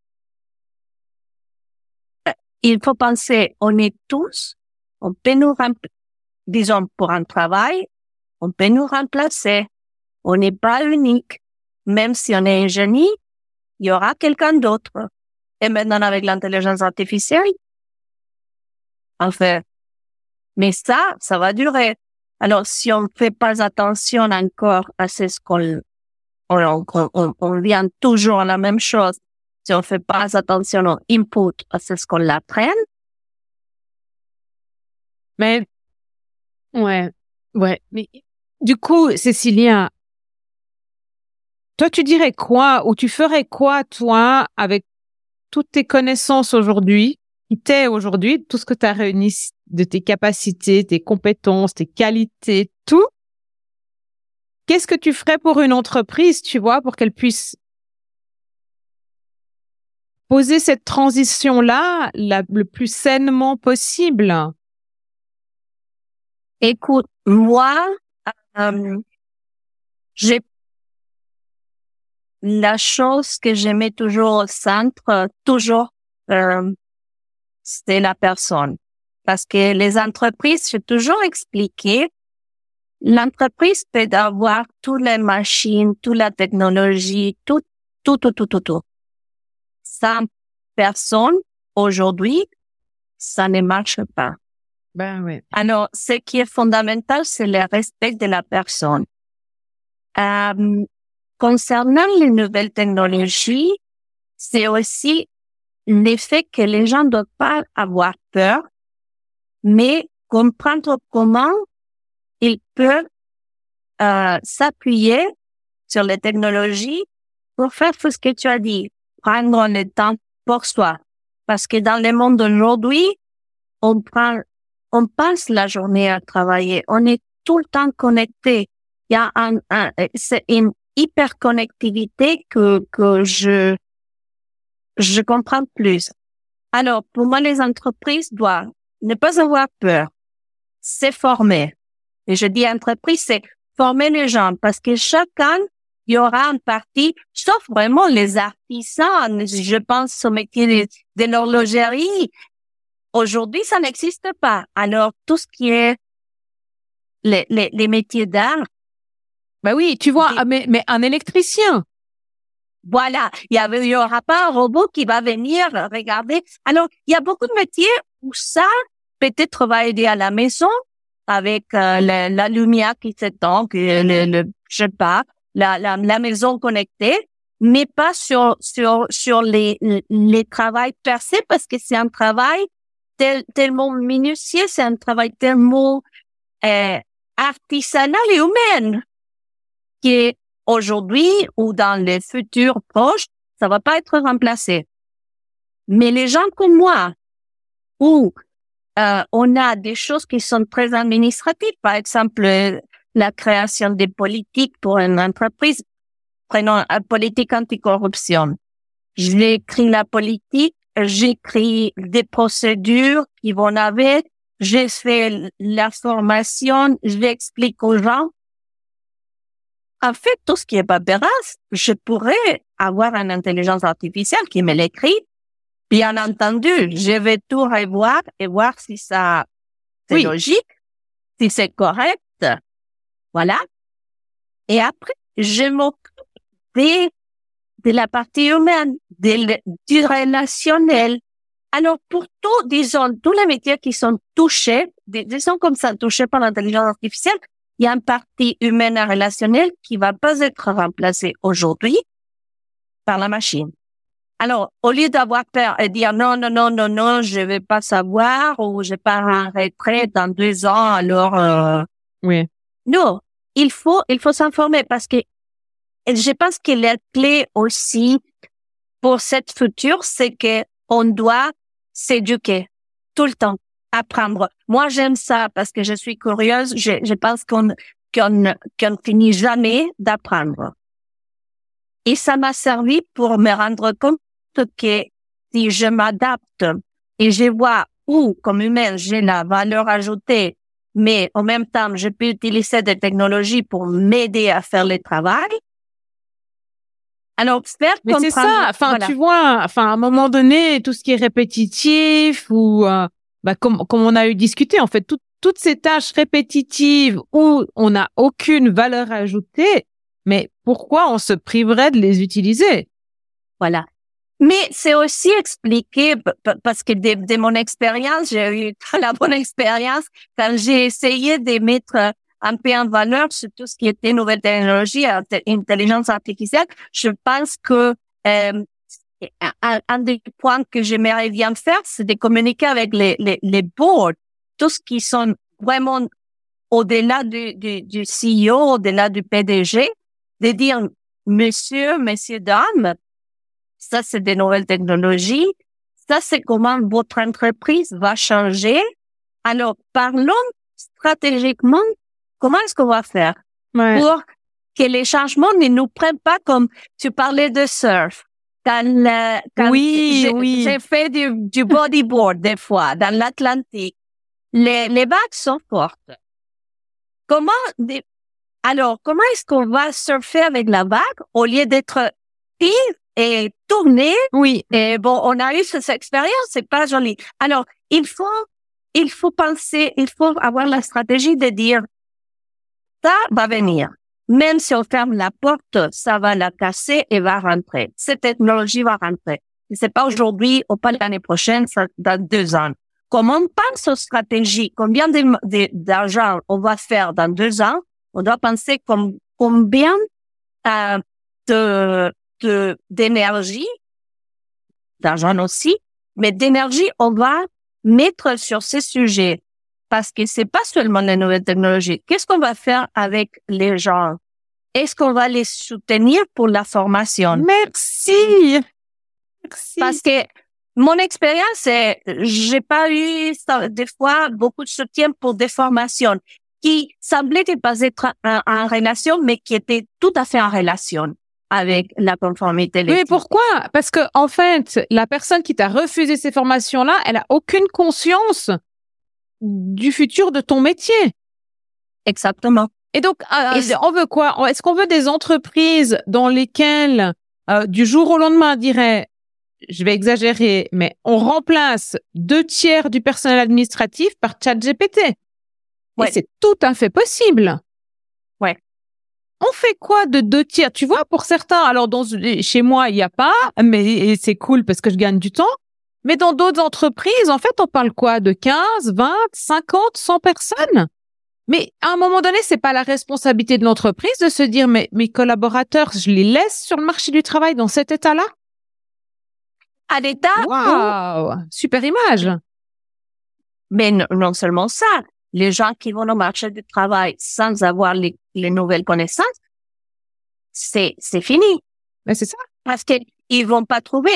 il faut penser, on est tous, on peut nous disons pour un travail, on peut nous remplacer. On n'est pas unique. Même si on est un génie, il y aura quelqu'un d'autre. Et maintenant, avec l'intelligence artificielle, en fait, mais ça va durer. Alors, si on ne fait pas attention encore à ce on vient toujours à la même chose. Si on ne fait pas attention au input, à ce qu'on l'apprenne. Mais, ouais. Mais, du coup, Cécilia, toi, tu dirais quoi ou tu ferais quoi, toi, avec toutes tes connaissances aujourd'hui, qui t'es aujourd'hui, tout ce que tu as réuni de tes capacités, tes compétences, tes qualités, tout? Qu'est-ce que tu ferais pour une entreprise, tu vois, pour qu'elle puisse poser cette transition-là le plus sainement possible? Écoute, moi, j'ai la chose que je mets toujours au centre, c'est la personne. Parce que les entreprises, j'ai toujours expliqué, l'entreprise peut avoir toutes les machines, toute la technologie, tout. Sans personne, aujourd'hui, ça ne marche pas. Ben oui. Alors, ce qui est fondamental, c'est le respect de la personne. Concernant les nouvelles technologies, c'est aussi l'effet que les gens ne doivent pas avoir peur, mais comprendre comment ils peuvent s'appuyer sur les technologies pour faire tout ce que tu as dit, prendre le temps pour soi. Parce que dans le monde d'aujourd'hui, on passe la journée à travailler, on est tout le temps connecté. Il y a c'est une hyperconnectivité que je comprends plus. Alors, pour moi, les entreprises doivent ne pas avoir peur, c'est former. Et je dis entreprise, c'est former les gens parce que chacun, il y aura une partie, sauf vraiment les artisans, je pense au métier de l'horlogerie. Aujourd'hui, ça n'existe pas. Alors, tout ce qui est les métiers d'art. Ben oui, tu vois, mais un électricien. Voilà, il y aura pas un robot qui va venir regarder. Alors, il y a beaucoup de métiers où ça, peut-être va aider à la maison avec la lumière qui s'étend, je sais pas, la maison connectée, mais pas sur les travails percés parce que c'est un travail tellement minutieux, c'est un travail tellement artisanal et humain qui est aujourd'hui ou dans les futurs proches, ça va pas être remplacé. Mais les gens comme moi, où on a des choses qui sont très administratives, par exemple la création des politiques pour une entreprise, prenons la politique anticorruption. J'écris la politique, j'écris des procédures qui vont avec, j'ai fait la formation, je l'explique aux gens. En fait, tout ce qui est paperasse, je pourrais avoir une intelligence artificielle qui me l'écrit. Bien entendu, je vais tout revoir et voir si ça c'est logique, si c'est correct. Voilà. Et après, je m'occupe de la partie humaine, du relationnel. Alors, pour tout, disons, tous les métiers qui sont touchés, disons comme ça, touchés par l'intelligence artificielle, il y a une partie humaine et relationnelle qui va pas être remplacée aujourd'hui par la machine. Alors, au lieu d'avoir peur et dire non, je vais pas savoir ou je pars en retraite dans 2 ans, alors, Oui. non, il faut s'informer parce que je pense que la clé aussi pour cette future, c'est que on doit s'éduquer tout le temps, apprendre. Moi, j'aime ça parce que je suis curieuse. Je pense qu'on finit jamais d'apprendre. Et ça m'a servi pour me rendre compte que si je m'adapte et je vois où, comme humaine, j'ai la valeur ajoutée, mais en même temps, je peux utiliser des technologies pour m'aider à faire le travail. Alors, faire Mais comprendre. c'est ça. Enfin, voilà. tu vois, enfin, à un moment donné, tout ce qui est répétitif ou, comme on a eu discuté, en fait, toutes ces tâches répétitives où on n'a aucune valeur ajoutée, mais pourquoi on se priverait de les utiliser? Voilà. Mais c'est aussi expliqué parce que de mon expérience, j'ai eu la bonne expérience quand j'ai essayé de mettre un peu en valeur sur tout ce qui était nouvelle technologie, intelligence artificielle. Je pense que un des points que j'aimerais bien faire, c'est de communiquer avec les boards, tous ce qui sont vraiment au-delà du CEO, au-delà du PDG, de dire, messieurs, dames, ça, c'est des nouvelles technologies. Ça, c'est comment votre entreprise va changer. Alors, parlons stratégiquement, comment est-ce qu'on va faire pour que les changements ne nous prennent pas comme tu parlais de surf. Quand j'ai fait du bodyboard des fois dans l'Atlantique. Les vagues sont fortes. Alors, comment est-ce qu'on va surfer avec la vague au lieu d'être pire et tourner? Oui. Et bon, on a eu cette expérience, c'est pas joli. Alors, il faut penser, il faut avoir la stratégie de dire, ça va venir. Même si on ferme la porte, ça va la casser et va rentrer. Cette technologie va rentrer. C'est pas aujourd'hui ou pas l'année prochaine, ça dans 2 ans. Comment on pense aux stratégies? Combien d'argent on va faire dans 2 ans? On doit penser combien d'énergie, d'argent aussi, mais d'énergie on va mettre sur ces sujets. Parce que c'est pas seulement les nouvelles technologies. Qu'est-ce qu'on va faire avec les gens? Est-ce qu'on va les soutenir pour la formation? Merci. Parce que mon expérience, c'est, j'ai pas eu des fois beaucoup de soutien pour des formations qui semblaient ne pas être en relation, mais qui étaient tout à fait en relation avec la conformité éthique. Oui, pourquoi? Parce que, en fait, la personne qui t'a refusé ces formations-là, elle a aucune conscience du futur de ton métier. Exactement. Et donc, on veut quoi? Est-ce qu'on veut des entreprises dans lesquelles, du jour au lendemain, dirait, je vais exagérer, mais on remplace 2/3 du personnel administratif par ChatGPT? Ouais. Et c'est tout à fait possible. Ouais. On fait quoi de 2/3? Tu vois, pour certains, alors chez moi, il n'y a pas, mais c'est cool parce que je gagne du temps. Mais dans d'autres entreprises, en fait, on parle quoi? De 15, 20, 50, 100 personnes? Mais à un moment donné, c'est pas la responsabilité de l'entreprise de se dire, mais mes collaborateurs, je les laisse sur le marché du travail dans cet état-là? À l'état Waouh! Super image! Mais non seulement ça, les gens qui vont au marché du travail sans avoir les nouvelles connaissances, c'est fini. Mais c'est ça. Parce que ils vont pas trouver.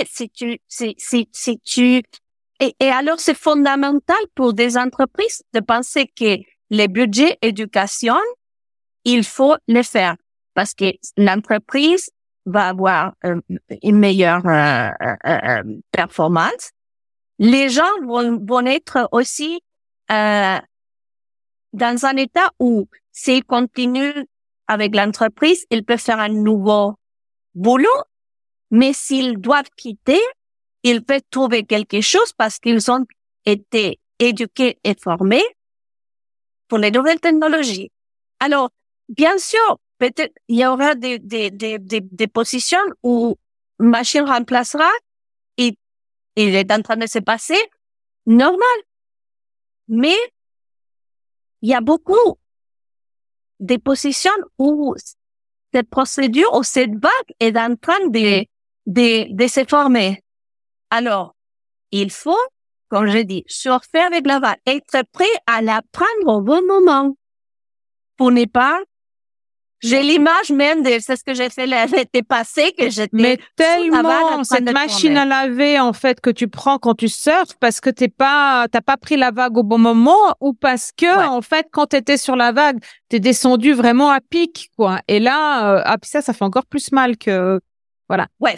Et alors c'est fondamental pour des entreprises de penser que les budgets éducation, il faut les faire parce que l'entreprise va avoir une meilleure performance. Les gens vont être aussi dans un état où s'ils continuent avec l'entreprise, ils peuvent faire un nouveau boulot, mais s'ils doivent quitter, ils peuvent trouver quelque chose parce qu'ils ont été éduqués et formés pour les nouvelles technologies. Alors, bien sûr, peut-être il y aura des positions où machine remplacera, et il est en train de se passer, normal. Mais il y a beaucoup de positions où cette procédure ou cette vague est en train de se former. Alors, il faut, comme je dis, surfer avec la vague, être prêt à la prendre au bon moment pour ne pas. J'ai l'image même de c'est ce que j'ai fait l'été passé, que j'étais. Mais sous la vague en tellement train cette de machine tourner. à laver en fait que tu prends quand tu surfes parce que t'as pas pris la vague au bon moment ou parce que Ouais. en fait quand t'étais sur la vague t'es descendu vraiment à pic quoi. Et là puis ça fait encore plus mal que voilà. Ouais.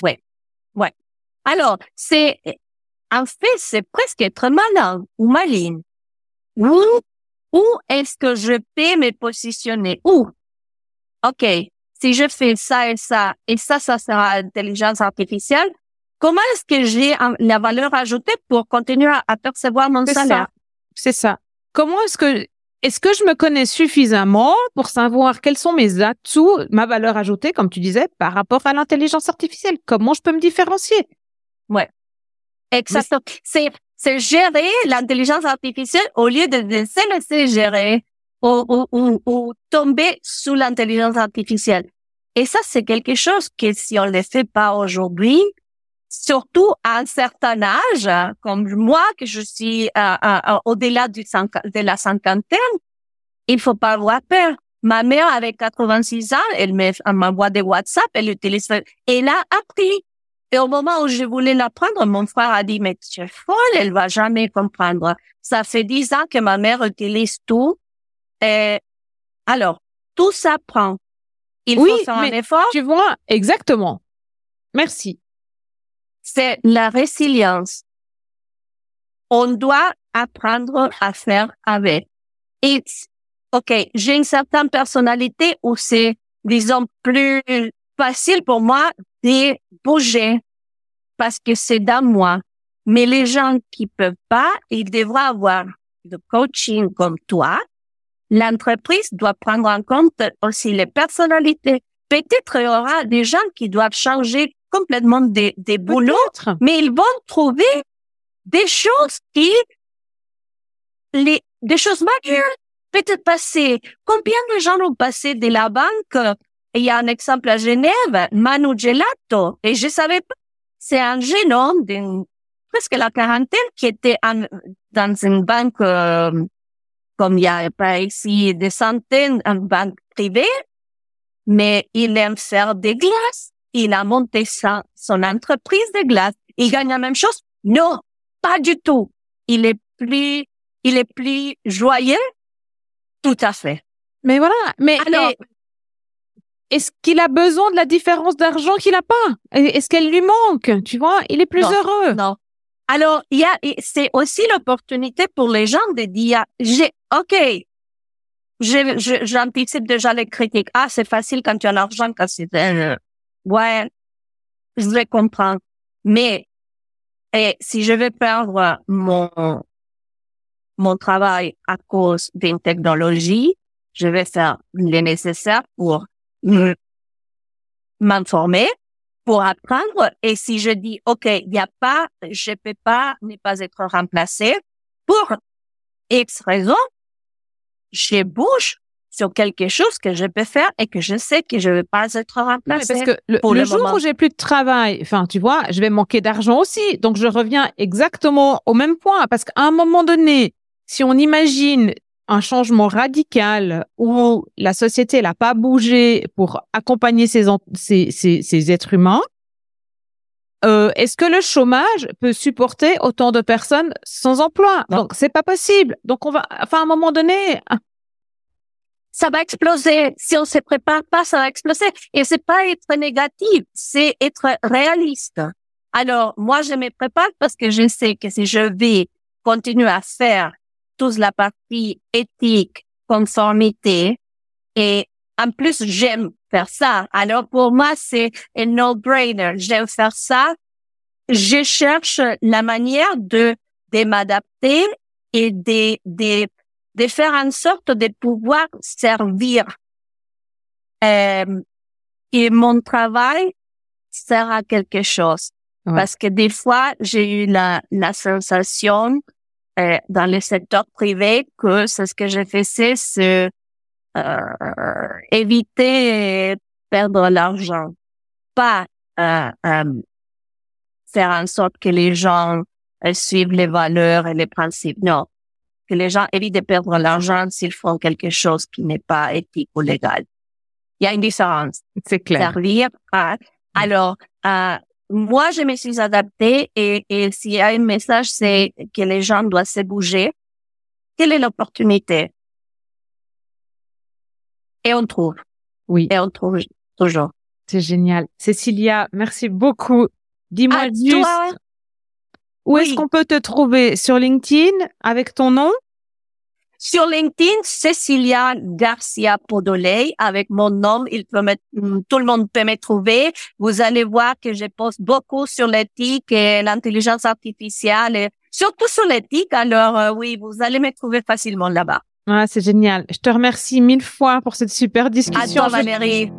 Alors, en fait, c'est presque être malin ou maligne. Où est-ce que je peux me positionner? Où? OK. Si je fais ça, et ça sera intelligence artificielle, comment est-ce que j'ai la valeur ajoutée pour continuer à percevoir mon salaire? C'est ça. Comment est-ce que je me connais suffisamment pour savoir quels sont mes atouts, ma valeur ajoutée, comme tu disais, par rapport à l'intelligence artificielle? Comment je peux me différencier? Ouais. Exactement. C'est gérer l'intelligence artificielle au lieu de se laisser gérer ou tomber sous l'intelligence artificielle. Et ça, c'est quelque chose que si on ne le fait pas aujourd'hui, surtout à un certain âge, comme moi, que je suis au-delà de la cinquantaine, il faut pas avoir peur. Ma mère, avec 86 ans, elle m'envoie des WhatsApp, elle utilise, elle a appris. Et au moment où je voulais l'apprendre, mon frère a dit, mais tu es folle, elle va jamais comprendre. Ça fait 10 ans que ma mère utilise tout. Et alors, tout s'apprend. Il Oui, faut faire un mais effort. tu vois, exactement. Merci. C'est la résilience. On doit apprendre à faire avec. Et, OK, j'ai une certaine personnalité où c'est, disons, plus facile pour moi de bouger parce que c'est dans moi. Mais les gens qui peuvent pas, ils devraient avoir de coaching comme toi. L'entreprise doit prendre en compte aussi les personnalités. Peut-être il y aura des gens qui doivent changer complètement des boulots, Peut-être. mais ils vont trouver des choses des choses majeures. Peut-être passer. Combien de gens ont passé de la banque? Il y a un exemple à Genève, Manu Gelato. Et je savais pas. C'est un jeune homme presque la quarantaine qui était dans une banque, comme il y a pas ici des centaines, une banque privée. Mais il aime faire des glaces. Il a monté son entreprise de glaces. Il gagne la même chose? Non, pas du tout. Il est plus joyeux? Tout à fait. Mais voilà. Mais Alors, est-ce qu'il a besoin de la différence d'argent qu'il n'a pas? Est-ce qu'elle lui manque? Tu vois, il est plus heureux. non. Alors, c'est aussi l'opportunité pour les gens de dire, j'anticipe déjà les critiques. Ah, c'est facile quand tu as l'argent, quand c'est, ouais, je les comprends. Mais, si je vais perdre mon travail à cause d'une technologie, je vais faire le nécessaire pour m'informer, pour apprendre. Et si je dis, OK, je peux pas ne pas être remplacé pour X raison, je bouge sur quelque chose que je peux faire et que je sais que je ne vais pas être remplacé. Parce que le jour où j'ai plus de travail, enfin, tu vois, je vais manquer d'argent aussi. Donc, je reviens exactement au même point. Parce qu'à un moment donné, si on imagine un changement radical où la société n'a pas bougé pour accompagner ces êtres humains, est-ce que le chômage peut supporter autant de personnes sans emploi? Non. Donc, c'est pas possible. Donc, à un moment donné, ça va exploser. Si on se prépare pas, ça va exploser. Et c'est pas être négatif, c'est être réaliste. Alors, moi, je me prépare parce que je sais que si je vais continuer à faire toute la partie éthique, conformité, et en plus, j'aime faire ça. Alors, pour moi, c'est un no-brainer. J'aime faire ça. Je cherche la manière de m'adapter et de faire en sorte de pouvoir servir. Et mon travail sert à quelque chose. Ouais. Parce que des fois, j'ai eu la sensation dans le secteur privé que c'est ce que j'ai fait, c'est éviter perdre l'argent, pas faire en sorte que les gens suivent les valeurs et les principes. Non, que les gens évitent de perdre l'argent s'ils font quelque chose qui n'est pas éthique ou légal. Il y a une différence. C'est clair. Servir à... Alors, moi, je me suis adaptée et s'il y a un message, c'est que les gens doivent se bouger. Quelle est l'opportunité? Et on trouve. Oui. Et on trouve toujours. C'est génial. Cécilia, merci beaucoup. Dis-moi juste, toi, où oui. est-ce qu'on peut te trouver? Sur LinkedIn, avec ton nom? Sur LinkedIn, Cecilia Garcia Podolei, avec mon nom, tout le monde peut me trouver. Vous allez voir que je poste beaucoup sur l'éthique et l'intelligence artificielle, et surtout sur l'éthique. Alors oui, vous allez me trouver facilement là-bas. Ah, c'est génial. Je te remercie 1000 fois pour cette super discussion. À toi, Valérie.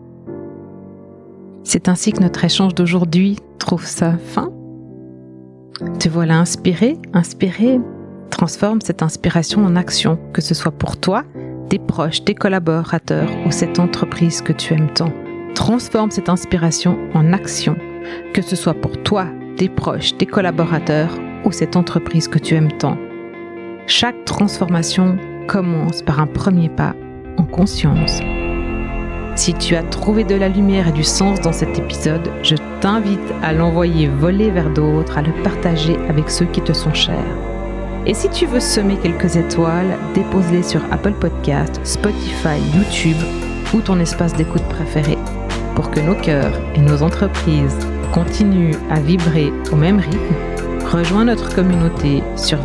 C'est ainsi que notre échange d'aujourd'hui trouve sa fin. Te voilà inspiré. Transforme cette inspiration en action, que ce soit pour toi, tes proches, tes collaborateurs ou cette entreprise que tu aimes tant. Transforme cette inspiration en action, que ce soit pour toi, tes proches, tes collaborateurs ou cette entreprise que tu aimes tant. Chaque transformation commence par un premier pas en conscience. Si tu as trouvé de la lumière et du sens dans cet épisode, je t'invite à l'envoyer voler vers d'autres, à le partager avec ceux qui te sont chers. Et si tu veux semer quelques étoiles, dépose-les sur Apple Podcasts, Spotify, YouTube ou ton espace d'écoute préféré pour que nos cœurs et nos entreprises continuent à vibrer au même rythme. Rejoins notre communauté sur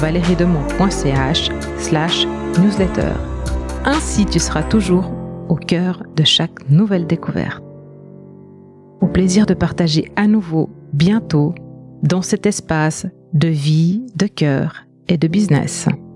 valeriedemont.ch/newsletter. Ainsi, tu seras toujours au cœur de chaque nouvelle découverte. Au plaisir de partager à nouveau, bientôt, dans cet espace de vie, de cœur et de business.